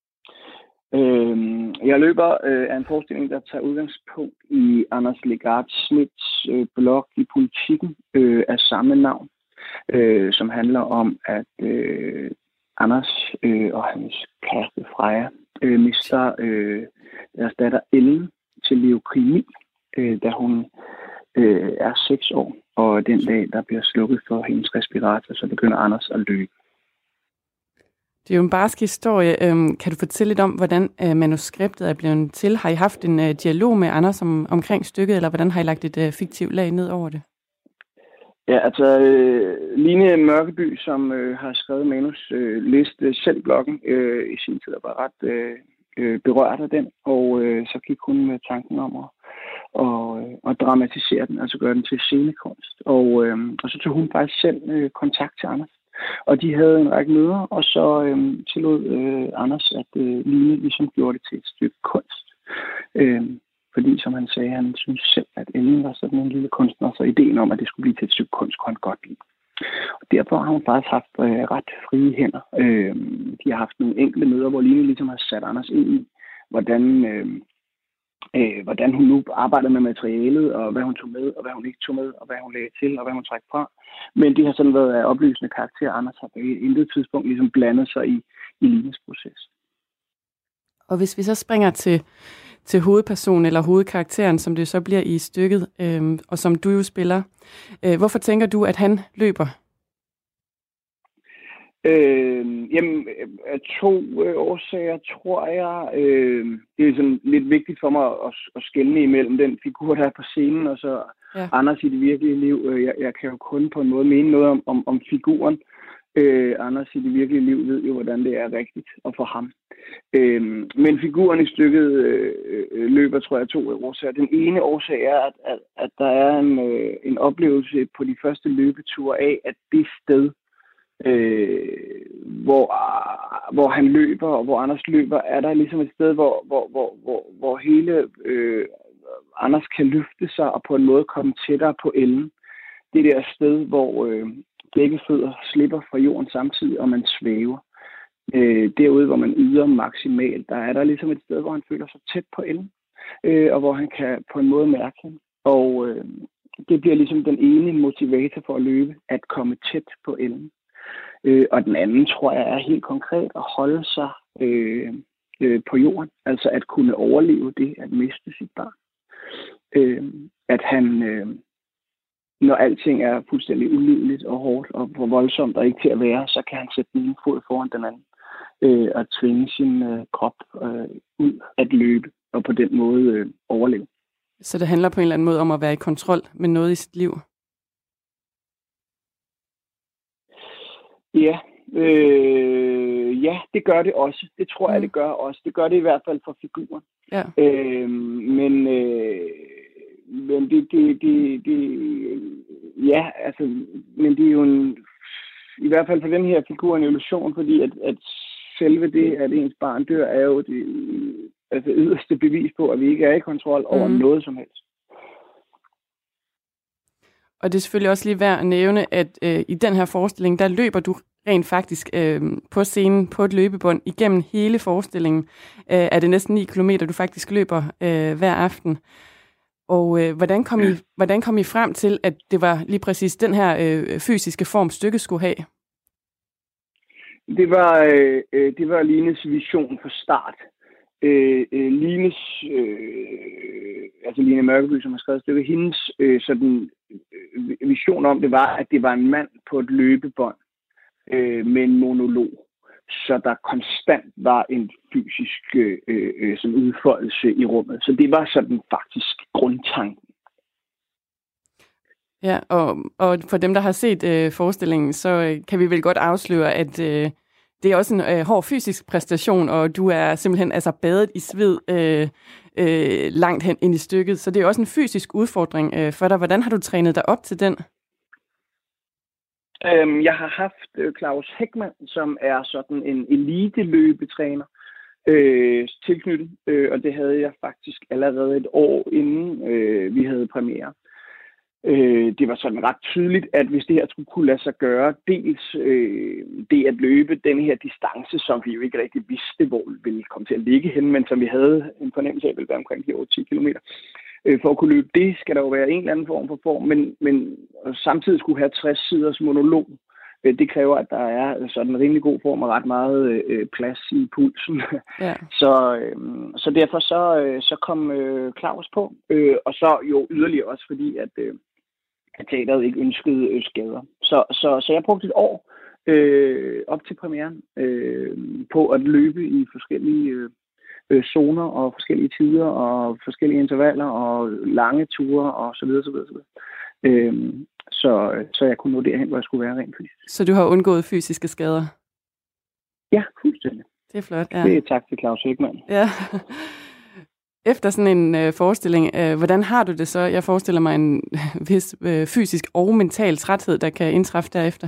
Øhm, jeg løber øh, er en forestilling, der tager udgangspunkt i Anders Legarth Smits øh, blog i Politikken øh, af samme navn, øh, som handler om, at øh, Anders øh, og hans kæreste Freja øh, mister øh, deres datter Ellen til leukemi, øh, da hun øh, er seks år. Og den dag, der bliver slukket for hendes respirator, så begynder Anders at løbe. Det er jo en barsk historie. Øhm, kan du fortælle lidt om, hvordan øh, manuskriptet er blevet til? Har I haft en øh, dialog med Anders om, omkring stykket, eller hvordan har I lagt et øh, fiktivt lag ned over det? Ja, altså øh, Line Mørkeby, som øh, har skrevet manus, øh, læste selv bloggen øh, i sin tid og var ret øh, berørt af den, og øh, så gik hun med tanken om at og, øh, at dramatisere den, altså gøre den til scenekunst. Og, øh, og så tog hun faktisk selv øh, kontakt til Anders, og de havde en række møder, og så øh, tillod øh, Anders, at øh, Line ligesom gjorde det til et stykke kunst. Øh, Fordi, som han sagde, han synes selv, at Ellen var sådan en lille kunstner, så ideen om, at det skulle blive til et stykke kunst, kunne han godt lide. Og derfor har hun faktisk haft øh, ret frie hænder. Øh, de har haft nogle enkelte møder, hvor Line ligesom har sat Anders ind i, hvordan, øh, øh, hvordan hun nu arbejder med materialet, og hvad hun tog med, og hvad hun ikke tog med, og hvad hun lagde til, og hvad hun træk fra. Men det har sådan været af oplysende karakter. Anders har på et intet tidspunkt ligesom blandet sig i, i Lines proces. Og hvis vi så springer til til hovedpersonen eller hovedkarakteren, som det så bliver i stykket, øh, og som du jo spiller. Øh, hvorfor tænker du, at han løber? Øh, jamen, af to øh, årsager, tror jeg. Øh, det er sådan lidt vigtigt for mig at, at skelne imellem den figur, der er på scenen, og så ja. Anders i det virkelige liv. Jeg, jeg kan jo kun på en måde mene noget om, om, om figuren. Øh, Anders i det virkelige liv ved jo, hvordan det er rigtigt og for ham. Øh, men figuren i stykket øh, løber, tror jeg, to årsager. Den ene årsag er, at, at, at der er en, øh, en oplevelse på de første løbeture af, at det sted, øh, hvor, hvor han løber, og hvor Anders løber, er der ligesom et sted, hvor, hvor, hvor, hvor, hvor hele øh, Anders kan løfte sig og på en måde komme tættere på Ellen. Det der sted, hvor øh, begge fødder slipper fra jorden samtidig, og man svæver. Øh, derude, hvor man yder maksimalt, der er der ligesom et sted, hvor han føler sig tæt på Ellen, øh, og hvor han kan på en måde mærke hende. Og øh, det bliver ligesom den ene motivator for at løbe, at komme tæt på Ellen. Øh, og den anden, tror jeg, er helt konkret at holde sig øh, øh, på jorden. Altså at kunne overleve det, at miste sit barn. Øh, at han... Øh, når alting er fuldstændig ulideligt og hårdt og for voldsomt og ikke til at være, så kan han sætte den ene fod foran den anden øh, og tvinge sin øh, krop øh, ud at løbe og på den måde øh, overleve. Så det handler på en eller anden måde om at være i kontrol med noget i sit liv? Ja, øh, ja, det gør det også. Det tror mm. jeg, det gør også. Det gør det i hvert fald for figuren. Ja. Øh, men øh, men det, det, det, det, ja, altså, men det er jo en, i hvert fald for den her figur en illusion, fordi at, at selve det, at ens barn dør, er jo det altså yderste bevis på, at vi ikke er i kontrol over mm. noget som helst. Og det er selvfølgelig også lige værd at nævne, at øh, i den her forestilling, der løber du rent faktisk øh, på scenen på et løbebånd igennem hele forestillingen. Øh, er det næsten ni kilometer, du faktisk løber øh, hver aften. Og øh, hvordan, kom I, hvordan kom I frem til, at det var lige præcis den her øh, fysiske form, stykket skulle have? Det var, øh, det var Lines vision fra start. Øh, øh, Lines, øh, altså Line Mørkeby, som har skrevet stykket, hendes øh, sådan, øh, vision om det var, at det var en mand på et løbebånd øh, med en monolog. Så der konstant var en fysisk øh, øh, sådan udfoldelse i rummet. Så det var sådan faktisk grundtanken. Ja, og, og for dem, der har set øh, forestillingen, så øh, kan vi vel godt afsløre, at øh, det er også en øh, hård fysisk præstation, og du er simpelthen altså badet i sved øh, øh, langt hen ind i stykket. Så det er også en fysisk udfordring øh, for dig. Hvordan har du trænet dig op til den? Øhm, jeg har haft øh, Claus Heckmann, som er sådan en elite-løbetræner øh, tilknyttet, øh, og det havde jeg faktisk allerede et år inden øh, vi havde premiere. Øh, det var sådan ret tydeligt, at hvis det her skulle kunne lade sig gøre, dels øh, det at løbe den her distance, som vi jo ikke rigtig vidste, hvor vi ville komme til at ligge hen, men som vi havde en fornemmelse af, ville være omkring de over ti kilometer. Øh, for at kunne løbe det, skal der jo være en eller anden form for form, men, men samtidig skulle have tres siders monolog. Øh, det kræver, at der er sådan en rimelig god form og ret meget øh, plads i pulsen. Ja. så, øh, så derfor så, øh, så kom øh, Claus på, øh, og så jo yderligere også, fordi at øh, at teateret ikke ønskede øh, skader. Så, så, så jeg brugte et år øh, op til premieren øh, på at løbe i forskellige øh, zoner og forskellige tider og forskellige intervaller og lange ture og så videre, så videre, så videre. Øh, så, så jeg kunne nå derhen, hvor jeg skulle være rent fysisk. Så du har undgået fysiske skader? Ja, fuldstændig. Det er flot, ja. Det er tak til Claus Heckmann. Ja. Efter sådan en øh, forestilling, øh, hvordan har du det så? Jeg forestiller mig en vis øh, fysisk og mental træthed, der kan indtræffe derefter.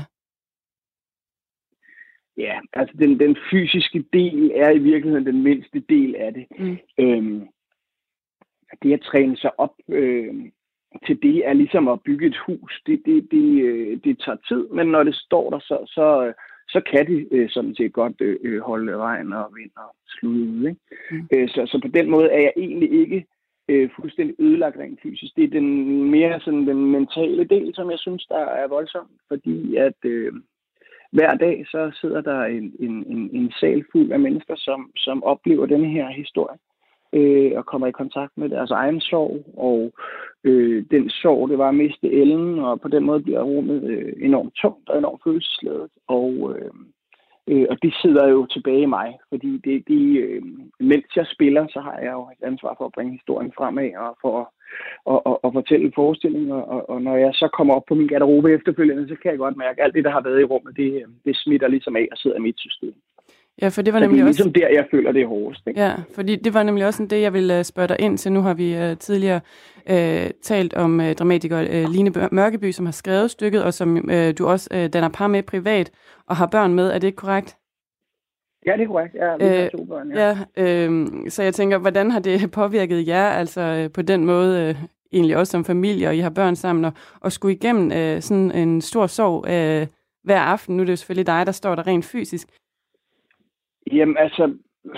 Ja, altså den, den fysiske del er i virkeligheden den mindste del af det. Mm. Øhm, det at træne sig op øh, til det er ligesom at bygge et hus. Det, det, det, øh, det tager tid, men når det står der, så... så så kan de øh, sådan set godt øh, holde regn og vind og slud ud. Ikke? Mm. Øh, så, så på den måde er jeg egentlig ikke øh, fuldstændig ødelagt rent fysisk. Det er den mere sådan den mentale del, som jeg synes, der er voldsom, fordi at øh, hver dag så sidder der en, en, en, en sal fuld af mennesker, som, som oplever denne her historie øh, og kommer i kontakt med deres egen sorg, og øh, den sorg, det var at miste Ellen, og på den måde bliver rummet øh, enormt tungt og enormt følelsesladet, og, øh, øh, og det sidder jo tilbage i mig, fordi det, det, øh, mens jeg spiller, så har jeg jo et ansvar for at bringe historien fremad, og for at og, og, og fortælle en forestilling, og, og når jeg så kommer op på min garderobe efterfølgende, så kan jeg godt mærke, at alt det, der har været i rummet, det, det smitter ligesom af og sidder i mit system. Ja, for det var så nemlig det er også... ligesom der, jeg føler, det er hårdest. Ikke? Ja, fordi det var nemlig også det, jeg ville spørge dig ind til. Nu har vi uh, tidligere uh, talt om uh, dramatiker uh, Line Mørkeby, som har skrevet stykket, og som uh, du også uh, danner par med privat, og har børn med. Er det ikke korrekt? Ja, det er korrekt. Ja, vi har to børn, ja. ja øh, så jeg tænker, hvordan har det påvirket jer, altså uh, på den måde, uh, egentlig også som familie, og I har børn sammen, og, og skulle igennem uh, sådan en stor sorg uh, hver aften? Nu er det jo selvfølgelig dig, der står der rent fysisk. Jamen, altså,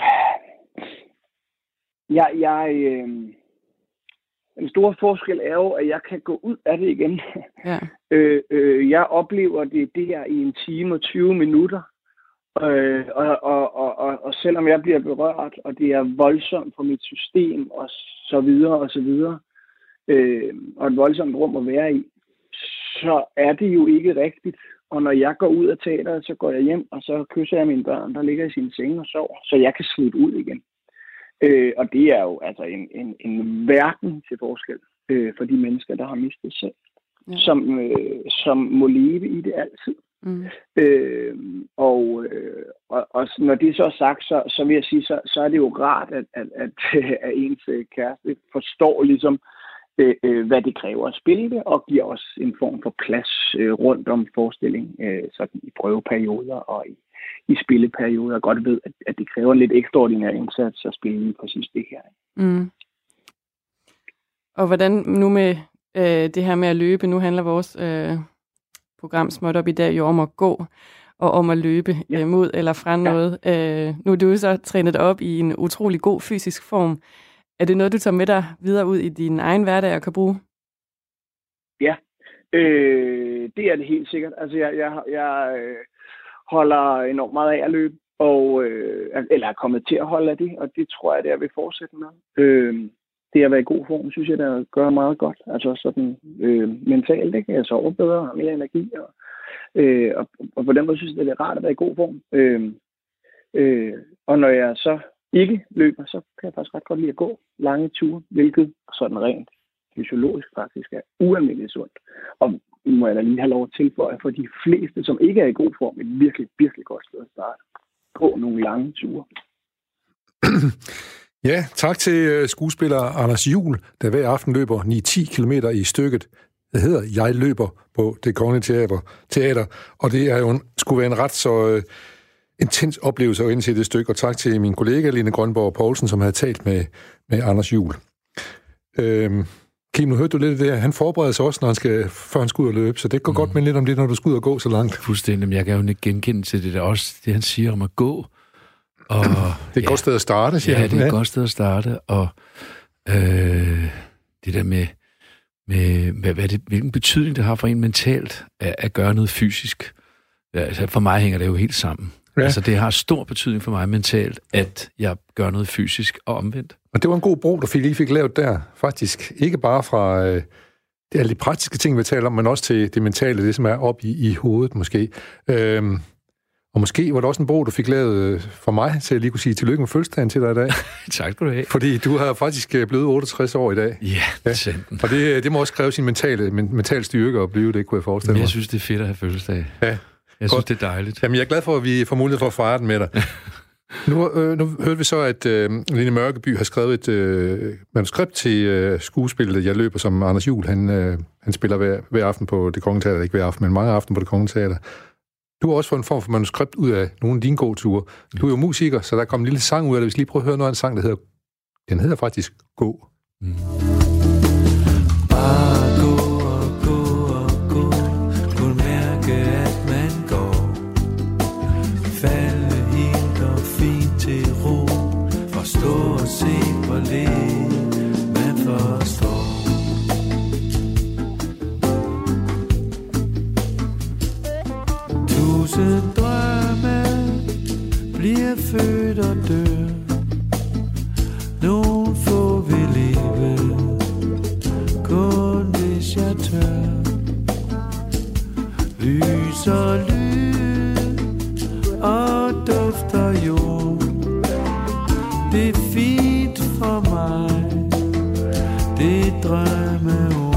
jeg, jeg, øh, den store forskel er jo, at jeg kan gå ud af det igen. Ja. øh, øh, jeg oplever det der i en time og tyve minutter, øh, og, og, og, og, og selvom jeg bliver berørt, og det er voldsomt for mit system, og så videre, og så videre, øh, og et voldsomt rum at være i, så er det jo ikke rigtigt. Og når jeg går ud af teateret, så går jeg hjem, og så kysser jeg mine børn, der ligger i sine senge og sover, så jeg kan slippe ud igen. Øh, og det er jo altså en, en, en verden til forskel øh, for de mennesker, der har mistet selv, ja. som, øh, som må leve i det altid. Mm. Øh, og, øh, og, og når det så er sagt, så, så vil jeg sige, så, så er det jo rart, at, at, at, at ens kæreste forstår ligesom, øh, hvad det kræver at spille det, og giver også en form for plads øh, rundt om forestillingen, øh, sådan i prøveperioder og i, i spilleperioder. Jeg godt ved, at, at det kræver en lidt ekstraordinær indsats at spille lige præcis det her. Mm. Og hvordan nu med øh, det her med at løbe, nu handler vores øh, program Småt op i dag jo om at gå, og om at løbe ja. øh, mod eller fra noget. Ja. Øh, nu er du så trænet op i en utrolig god fysisk form. Er det noget, du tager med dig videre ud i din egen hverdag og kan bruge? Ja, øh, det er det helt sikkert. Altså, jeg, jeg, jeg øh, holder enormt meget af at løbe, og, øh, eller er kommet til at holde af det, og det tror jeg, det er, jeg vil fortsætte med. Øh, det at være i god form, synes jeg, der gør meget godt. Altså sådan øh, mentalt, ikke? Jeg sover bedre, har mere energi, og, øh, og, og på den måde synes jeg, det er rart at være i god form. Øh, øh, og når jeg så ikke løber, så kan jeg faktisk ret godt lide at gå lange ture, hvilket sådan rent fysiologisk faktisk er ualmindeligt sundt. Og må jeg da lige have lov at tilføje, for de fleste, som ikke er i god form, et virkelig, virkelig godt sted at starte. Gå nogle lange ture. Ja, tak til skuespiller Anders Juhl, der hver aften løber ni til ti kilometer i stykket. Det hedder Jeg løber på Det Kongelige Teater, Teater og det er jo en, skulle være en ret så øh, intens oplevelse at ind til det stykke, og tak til min kollega Line Grønborg Poulsen, som havde talt med, med Anders Juhl. Øhm, Kim, nu hørte du lidt af det her. Han forbereder sig også, når han skal, før han skal ud og løbe, så det går mm. godt med lidt om det, når du skal ud og gå så langt. Fuldstændig, men jeg kan jo ikke genkende til det der også, det han siger om at gå. Og, det er et ja, godt sted at starte, siger ja, han. Ja, det er et godt sted at starte, og øh, det der med, med hvad, hvad det, hvilken betydning det har for en mentalt at, at gøre noget fysisk. Ja, altså for mig hænger det jo helt sammen. Ja. Altså det har stor betydning for mig mentalt, at jeg gør noget fysisk og omvendt. Og det var en god bro, du fik, lige fik lavet der, faktisk. Ikke bare fra øh, det alle de praktiske ting, vi taler om, men også til det mentale, det som er oppe i, i hovedet måske. Øhm, og måske var det også en bro, du fik lavet for mig, så jeg lige kunne sige tillykke med fødselsdagen til dig i dag. Tak skal du have. Fordi du har faktisk blevet otteogtres år i dag. Ja, ja. Senden. Og det, det må også kræve sin mentale, mental styrke at blive det, kunne jeg forestille mig. Jeg synes, det er fedt at have fødselsdag. Ja. Jeg synes, det er dejligt. Jamen, jeg er glad for, at vi får mulighed for at fejre den med dig. nu, øh, nu hørte vi så, at øh, Lene Mørkeby har skrevet et øh, manuskript til øh, skuespillet Jeg løber, som Anders Juhl, han, øh, han spiller hver, hver aften på Det Kongelige Teater, ikke hver aften, men mange aften på Det Kongelige Teater. Du har også fået en form for manuskript ud af nogle af dine gåture. Du er jo musiker, så der kom en lille sang ud af det. Vi skal lige prøve at høre noget af en sang, der hedder... Den hedder faktisk Gå. Mm. Bare gå og gå og gå. Kun mærke, at man går. Falde helt og fint til ro. Forstå og se på det, man forstår. Tusind drømme bliver født og dør. Nogen få vil leve, kun hvis jeg tør. Lys og lyd og dufter jord. Det er fint for mig, det er drømmeord.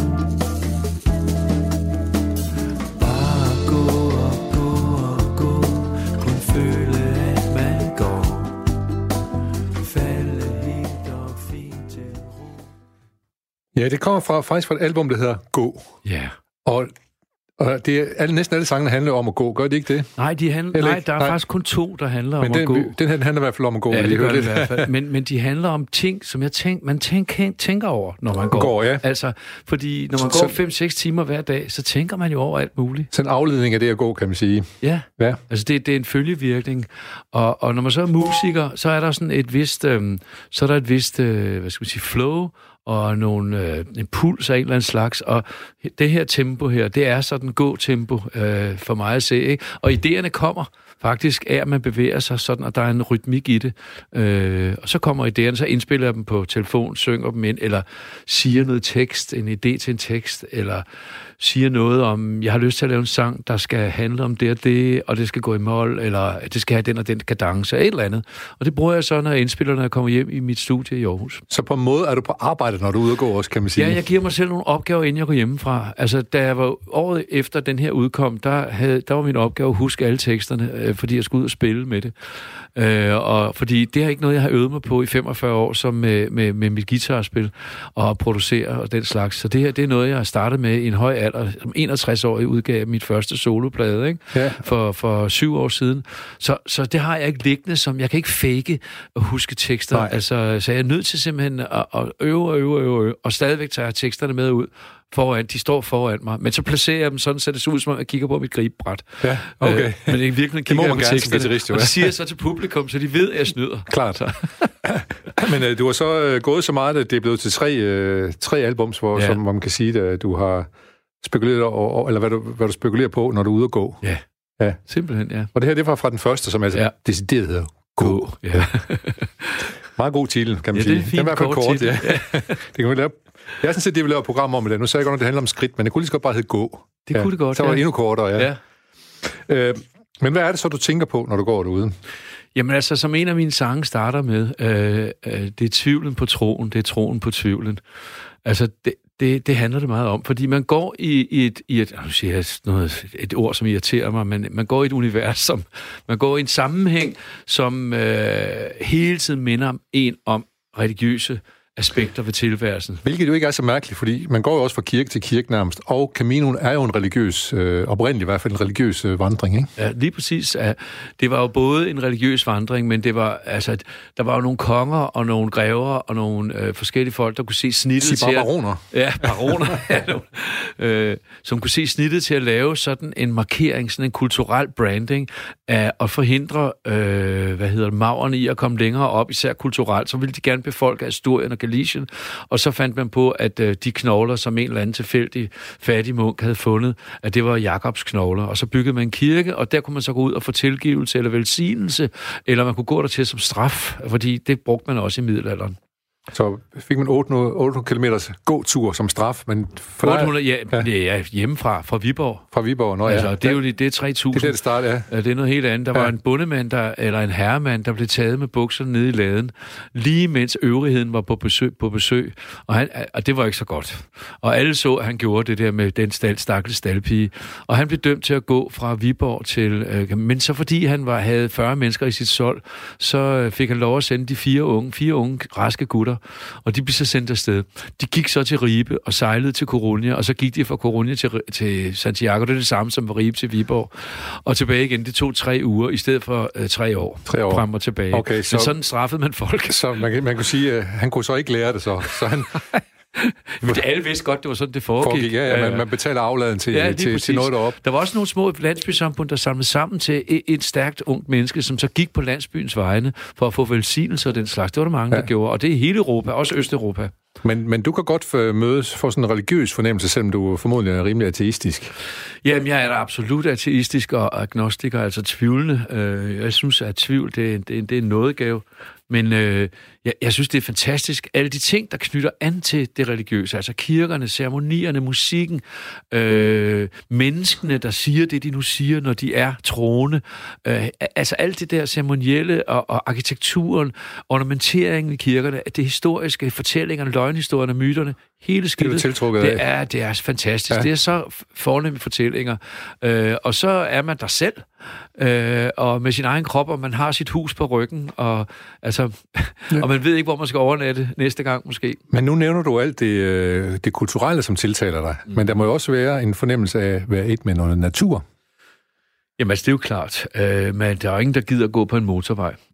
Bare gå og gå og gå, kun føle at man går. Falde helt og fint til ro. Ja, det kommer fra, faktisk fra et album, der hedder Gå. Ja. Yeah. Og Og det er, alle, næsten alle sangene handler om at gå, gør det ikke det? Nej, de handler, nej der er nej. faktisk kun to, der handler men om den, at gå. Den her handler i hvert fald om at gå. Ja, det gør det i hvert fald. Men, men de handler om ting, som jeg tænk, man tænk, tænker over, når man går. går ja. Altså, fordi når man så, går fem seks timer hver dag, så tænker man jo over alt muligt. Sådan en afledning af det at gå, kan man sige. Ja, ja. Altså det, det er en følgevirkning. Og, og når man så er musiker, så er der sådan et vist, øhm, så er der et vist, øh, hvad skal man sige, flow, og nogle, øh, en puls af en eller anden slags, og det her tempo her, det er sådan gå-tempo øh, for mig at se, ikke? Og idéerne kommer faktisk er, at man bevæger sig sådan, og der er en rytmik i det. Øh, og så kommer idéerne, så indspiller jeg dem på telefon, synger dem ind, eller siger noget tekst, en idé til en tekst, eller siger noget om, jeg har lyst til at lave en sang, der skal handle om det og det, og det skal gå i mål, eller det skal have den og den kadence, et eller andet. Og det bruger jeg så, når jeg indspiller, når jeg kommer hjem i mit studie i Aarhus. Så på en måde er du på arbejde, når du er ude og gå også, kan man sige? Ja, jeg giver mig selv nogle opgaver, inden jeg går hjemmefra. Altså, da jeg var året efter den her udkom, der, havde, der var min opgave at huske alle teksterne, øh, fordi jeg skulle ud og spille med det. Øh, og fordi det er ikke noget, jeg har øvet mig på i femogfyrre år, som med, med, med mit guitarspil og producere og den slags. Så det her, det er noget, jeg har startet med i en høj alder. Som enogtres-årig udgav jeg mit første soloplade, ikke? Ja. For, for syv år siden. Så, så det har jeg ikke liggende som, jeg kan ikke fake at huske tekster. Altså, så jeg er nødt til simpelthen at, at øve og øve og øve, øve, og stadigvæk tager jeg teksterne med ud foran, de står foran mig, men så placerer jeg dem sådan, så det ser ud som om, jeg kigger på mit gribebræt. Ja, okay. Øh, men i virkeligheden kigger jeg på teksterne, og det siger jeg så til publikum, så de ved, at jeg snyder. Klart. Men øh, du har så øh, gået så meget, at det er blevet til tre, øh, tre albums, hvor, ja. som man kan sige, at du har spekuleret over, eller hvad du, hvad du spekulerer på, når du er ude at gå. Ja, ja. Simpelthen, ja. Og det her, det var fra den første, som altså ja. decideret hedder Gå. Gå. Ja. Meget god titel, kan man ja, sige. Det er, fint, det er i hvert fald kort, ja. ja. Det kan vi lave. Jeg synes, at det vil lave et program om det. Nu sagde jeg godt, at det handler om skridt, men det kunne lige så godt bare hedde Gå. Det ja. kunne det godt, Så var det ja. endnu kortere, ja. ja. Øh, men hvad er det så, du tænker på, når du går derude? Jamen altså, som en af mine sange starter med, øh, øh, det er tvivlen på troen, det er troen på tvivlen. Altså, det, det, det handler det meget om, fordi man går i, i et, i et, nu siger jeg noget, et ord, som irriterer mig, men man går i et univers, som, man går i en sammenhæng, som øh, hele tiden minder en om religiøse aspekter ved tilværelsen. Hvilket jo ikke er så mærkeligt, fordi man går jo også fra kirke til kirke nærmest, og Caminoen er jo en religiøs, øh, oprindeligt i hvert fald en religiøs øh, vandring, ikke? Ja, lige præcis. Ja. Det var jo både en religiøs vandring, men det var, altså, der var jo nogle konger og nogle grever og nogle øh, forskellige folk, der kunne se snittet til... baroner. At, ja, baroner. ja, øh, som kunne se snittet til at lave sådan en markering, sådan en kulturel branding, af at forhindre, øh, hvad hedder det, maurerne i at komme længere op, især kulturelt. Så ville de gerne befolke Asturien og Galicien, og så fandt man på, at øh, de knogler, som en eller anden tilfældig fattig munk havde fundet, at det var Jakobs knogler, og så byggede man en kirke, og der kunne man så gå ud og få tilgivelse eller velsignelse, eller man kunne gå der til som straf, fordi det brugte man også i middelalderen. Så fik man otte hundrede kilometers gåtur som straf, men... For otte hundrede, ja, ja. ja, hjemmefra, fra Viborg. Fra Viborg, nå ja. Altså, det er jo det er tre tusind. Det er det, det starter, ja. Det er noget helt andet. Der ja. var en bondemand, der, eller en herremand, der blev taget med bukserne nede i laden, lige mens øvrigheden var på besøg, på besøg. Og, han, og det var ikke så godt. Og alle så, at han gjorde det der med den stald, stakkels staldpige. Og han blev dømt til at gå fra Viborg til... Øh, men så fordi han var, havde fyrre mennesker i sit sold, så fik han lov at sende de fire unge, fire unge raske gutter, og de blev så sendt afsted. De gik så til Ribe og sejlede til Coruña, og så gik de fra Coruña til, til Santiago. Det er det samme som fra Ribe til Viborg. Og tilbage igen. Det tog tre uger, i stedet for øh, tre år. Tre år. Frem og tilbage. Okay, så, men sådan straffede man folk. Så man, man kunne sige, at han kunne så ikke lære det så. så han... Men alle vidste godt, det var sådan, det foregik. foregik ja, ja, man, man betaler afladen til, ja, til, til noget deroppe. Der var også nogle små landsbysamfund, der samlede sammen til et, et stærkt ungt menneske, som så gik på landsbyens vegne for at få velsignelse og den slags. Det var der mange, ja. der gjorde. Og det er hele Europa, også Østeuropa. Men, men du kan godt mødes for sådan en religiøs fornemmelse, selvom du formodentlig er rimelig ateistisk. Jamen, jeg er da absolut ateistisk og agnostiker, altså tvivlende. Jeg synes, at tvivl, det er, det er en nådegave. Men øh, jeg, jeg synes, det er fantastisk. Alle de ting, der knytter an til det religiøse, altså kirkerne, ceremonierne, musikken, øh, menneskene, der siger det, de nu siger, når de er troende. Øh, altså alt det der ceremonielle og, og arkitekturen, ornamenteringen i kirkerne, det historiske, fortællingerne, løgnhistorierne, myterne, hele skidtet. Det er det er, det er fantastisk. Ja. Det er så fornemme fortællinger. Øh, og så er man der selv, øh, og med sin egen krop, og man har sit hus på ryggen, og, altså, ja. og man ved ikke, hvor man skal overnatte næste gang måske. Men nu nævner du alt det, det kulturelle, som tiltaler dig. Mm. Men der må jo også være en fornemmelse af at være et med noget natur. Jamen altså, det er jo klart. Øh, men der er ingen, der gider gå på en motorvej.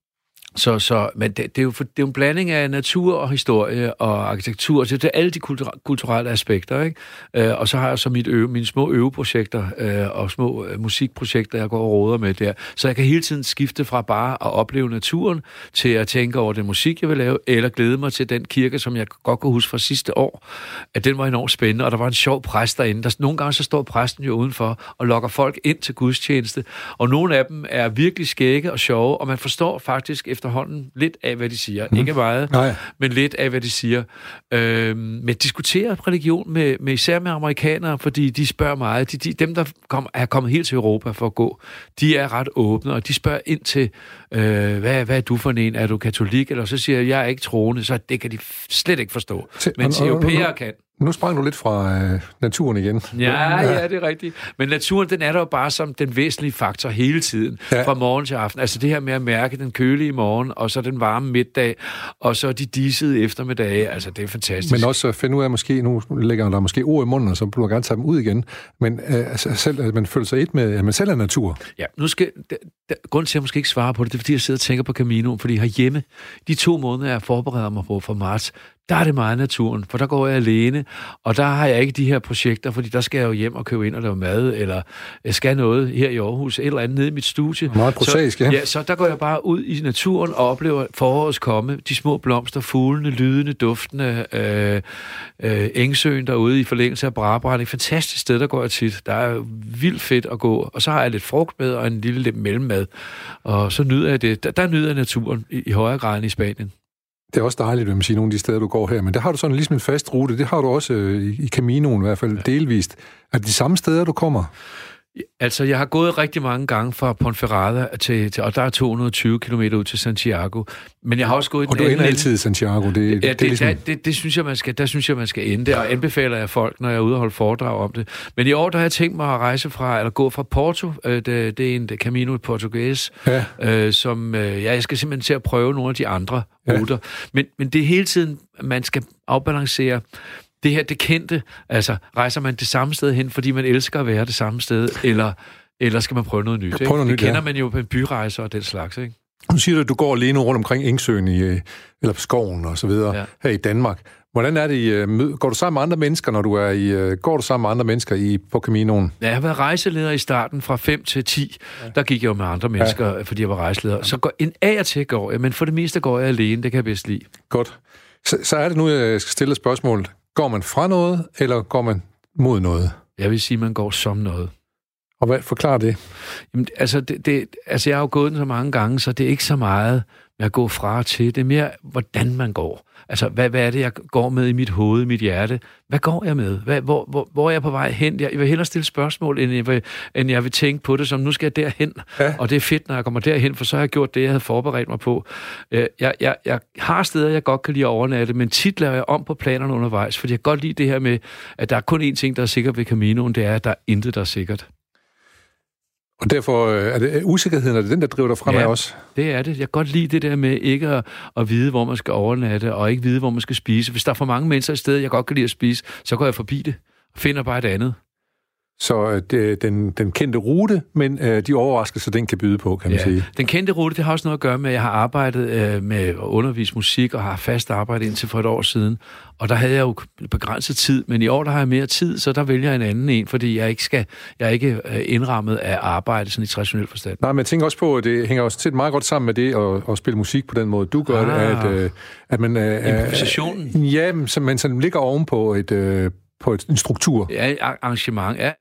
Så, så, men det, det, er jo, det er jo en blanding af natur og historie og arkitektur, så det er alle de kulturelle aspekter, ikke? Øh, og så har jeg så mit øve, mine små øveprojekter øh, og små øh, musikprojekter, jeg går og råder med der. Så jeg kan hele tiden skifte fra bare at opleve naturen til at tænke over den musik, jeg vil lave, eller glæde mig til den kirke, som jeg godt kan huske fra sidste år, at den var enormt spændende, og der var en sjov præst derinde. Der, nogle gange så står præsten jo udenfor og lokker folk ind til gudstjeneste, og nogle af dem er virkelig skægge og sjove, og man forstår faktisk efterhånden lidt af, hvad de siger. Mm. Ikke meget, Nej. men lidt af, hvad de siger. Øhm, men diskuterer religion med, med især med amerikanere, fordi de spørger meget. De, de, dem, der kom, er kommet helt til Europa for at gå, de er ret åbne, og de spørger ind til, øh, hvad, hvad er du for en? Er du katolik? Eller så siger jeg, jeg er ikke troende, så det kan de slet ikke forstå. Men europæere kan. Nu sprang du lidt fra øh, naturen igen. Ja, ja, det er rigtigt. Men naturen, den er der jo bare som den væsentlige faktor hele tiden, ja. Fra morgen til aften. Altså det her med at mærke den kølige morgen, og så den varme middag, og så de dissede eftermiddage. Altså det er fantastisk. Men også at finde ud af, måske, nu lægger der måske ord i munden, og så bliver gerne tage dem ud igen. Men øh, altså, selv, at man føler sig et med, at man selv er natur. Ja, nu skal, da, da, grunden til, at jeg måske ikke svarer på det, det er, fordi jeg sidder og tænker på Caminoen, fordi herhjemme, de to måneder, jeg forbereder mig på for marts, der er det meget naturen, for der går jeg alene, og der har jeg ikke de her projekter, fordi der skal jeg jo hjem og købe ind og lave mad, eller jeg skal noget her i Aarhus, et eller andet nede i mit studie. Meget prosaisk, ja. Ja, så der går jeg bare ud i naturen og oplever forårets komme, de små blomster, fuglene, lydende, duftende, øh, øh, Engsøen derude i forlængelse af Brabrand. Et fantastisk sted, der går jeg tit. Der er vildt fedt at gå, og så har jeg lidt frugt med og en lille lidt mellemmad, og så nyder jeg det. Der, der nyder jeg naturen i, i højere grad end i Spanien. Det er også dejligt, vil man sige, nogle af de steder, du går her. Men det har du sådan ligesom en fast rute. Det har du også øh, i Caminoen i hvert fald, ja. delvist. Er det de samme steder, du kommer? Altså, jeg har gået rigtig mange gange fra Ponferrada til, til og der er to hundrede og tyve kilometer ud til Santiago. Men jeg har også gået... Og du ender altid i Santiago. Det, ja, det, det, det, ligesom... det, det, det synes jeg, man skal, der synes jeg, man skal ende. Og anbefaler jeg folk, når jeg er ude og holde foredrag om det. Men i år, der har jeg tænkt mig at rejse fra, eller gå fra Porto. Det, det er en Camino Portugues, ja. øh, som... Øh, ja, jeg skal simpelthen til at prøve nogle af de andre ja. ruter. Men, men det er hele tiden, man skal afbalancere... Det her, det kendte, altså rejser man det samme sted hen, fordi man elsker at være det samme sted, eller, eller skal man prøve noget nyt? Prøve noget det nyt, kender ja. man jo på en byrejse og den slags, ikke? Nu siger du, at du går alene rundt omkring Engsøen, i, eller på skoven og så videre, ja. her i Danmark. Hvordan er det, går du sammen med andre mennesker, når du er i, går du sammen med andre mennesker i, på Caminoen? Ja, jeg har været rejseleder i starten fra fem til ti. Ja. Der gik jeg jo med andre mennesker, ja. fordi jeg var rejseleder. Så går en af og til går jeg, men for det meste går jeg alene, det kan jeg bedst lide. Godt. Så, så er det nu, jeg skal stille spørgsmålet. Går man fra noget, eller går man mod noget? Jeg vil sige, at man går som noget. Og hvad forklarer det? Jamen, altså, det, det, altså, jeg har jo gået den så mange gange, så det er ikke så meget med at gå fra og til. Det er mere, hvordan man går. Altså, hvad, hvad er det, jeg går med i mit hoved, i mit hjerte? Hvad går jeg med? Hvad, hvor, hvor, hvor er jeg på vej hen? Jeg vil hellere stille spørgsmål, end jeg vil, end jeg vil tænke på det, som nu skal jeg derhen. Ja. Og det er fedt, når jeg kommer derhen, for så har jeg gjort det, jeg havde forberedt mig på. Jeg, jeg, jeg har steder, jeg godt kan lide at overnatte, men tit laver jeg om på planerne undervejs, fordi jeg kan godt lide det her med, at der er kun én ting, der er sikkert ved Caminoen, det er, at der er intet, der er sikkert. Og derfor er det usikkerheden, er det den, der driver dig fremad ja, også? det er det. Jeg kan godt lide det der med ikke at, at vide, hvor man skal overnatte, og ikke vide, hvor man skal spise. Hvis der er for mange mennesker et sted, jeg godt kan lide at spise, så går jeg forbi det og finder bare et andet. Så det, den, den kendte rute, men øh, de overraskelser, den kan byde på, kan man ja. sige. Den kendte rute, det har også noget at gøre med, at jeg har arbejdet øh, med at undervise musik, og har fast arbejde indtil for et år siden. Og der havde jeg jo begrænset tid, men i år der har jeg mere tid, så der vælger jeg en anden en, fordi jeg ikke skal, jeg er ikke indrammet af arbejde sådan i traditionel forstand. Nej, men jeg tænker også på, at det hænger også til meget godt sammen med det at, at spille musik på den måde. Du gør ah, det, at, øh, at man... Øh, improvisationen? Ja, men man sådan ligger oven på, et, øh, på et, en struktur. Ja, arrangement, ja.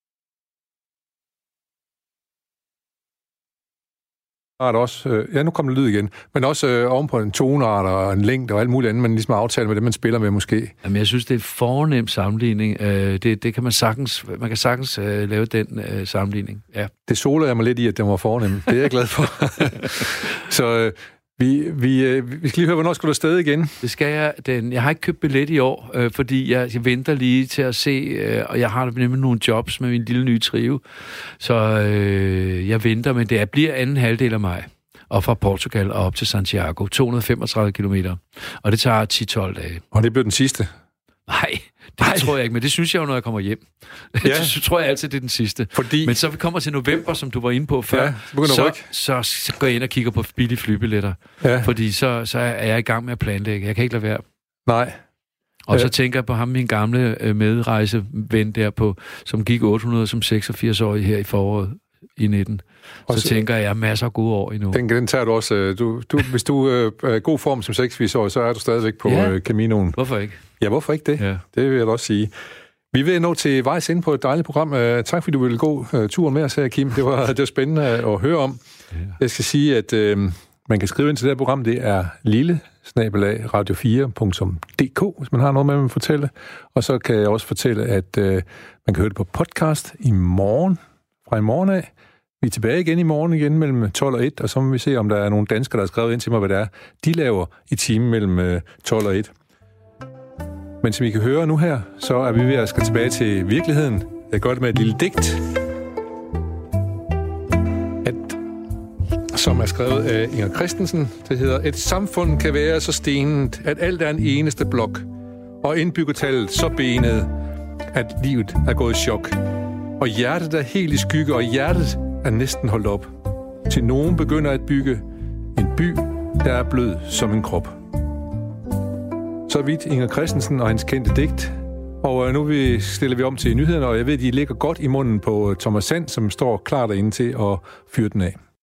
Også, øh, ja, nu kommer lyd igen, men også øh, oven på en toneart og en længde og alt muligt andet, man ligesom aftaler med det, man spiller med måske. Jamen, jeg synes, det er fornemt sammenligning. Øh, det, det kan man sagtens, man kan sagtens øh, lave den øh, sammenligning, ja. Det soler jeg mig lidt i, at den var fornemt. Det er jeg glad for. Så øh, vi, vi, øh, vi skal lige høre, hvornår skal du afsted igen? Det skal jeg. Den, jeg har ikke købt billet i år, øh, fordi jeg, jeg venter lige til at se, øh, og jeg har nemlig nogle jobs med min lille nye trio, så øh, jeg venter, men det bliver anden halvdel af maj, og fra Portugal og op til Santiago, to hundrede og femogtredive kilometer, og det tager ti til tolv dage. Og det bliver den sidste? Nej, Det Ej. tror jeg ikke, men det synes jeg jo, når jeg kommer hjem. Ja. Så tror jeg altid, det er den sidste. Fordi... Men så vi kommer til november, som du var inde på før, ja, så, så, så går jeg ind og kigger på billige flybilletter. Ja. Fordi så, så er jeg i gang med at planlægge. Jeg kan ikke lade være. Nej. Og så tænker jeg på ham, min gamle medrejseven der på, som gik otte hundrede som seksogfirs-årig her i foråret i nitten. Så, så tænker jeg, jeg har masser af gode år endnu. Den, den tager du også. Du, du, hvis du er i god form som seksogfirs-årig, så er du stadigvæk på ja. Caminoen. Hvorfor ikke? Ja, hvorfor ikke det? Ja. Det vil jeg da også sige. Vi vil nå til vejs ind på et dejligt program. Uh, tak fordi du ville gå uh, turen med os her, Kim. Det var, det var spændende at høre om. Ja. Jeg skal sige, at uh, man kan skrive ind til det her program. Det er lille snabel-a radio fire punktum d k, hvis man har noget med at fortælle. Og så kan jeg også fortælle, at uh, man kan høre det på podcast i morgen, fra i morgen af. Vi er tilbage igen i morgen igen mellem tolv og et, og så må vi se, om der er nogle danskere, der har skrevet ind til mig, hvad det er, de laver i timen mellem tolv og et. Men som I kan høre nu her, så er vi ved at skal tilbage til virkeligheden. Jeg gør det med et lille digt, at, som er skrevet af Inger Christensen. Det hedder: Et samfund kan være så stenet, at alt er en eneste blok, og indbyggertallet så benet, at livet er gået i chok. Og hjertet er helt i skygge, og hjertet er næsten holdt op. Til nogen begynder at bygge en by, der er blød som en krop. Så vidt Inger Christensen og hans kendte digt. Og nu vi stiller vi om til nyhederne, og jeg ved, de ligger godt i munden på Thomas Sand, som står klar derinde til at fyre den af.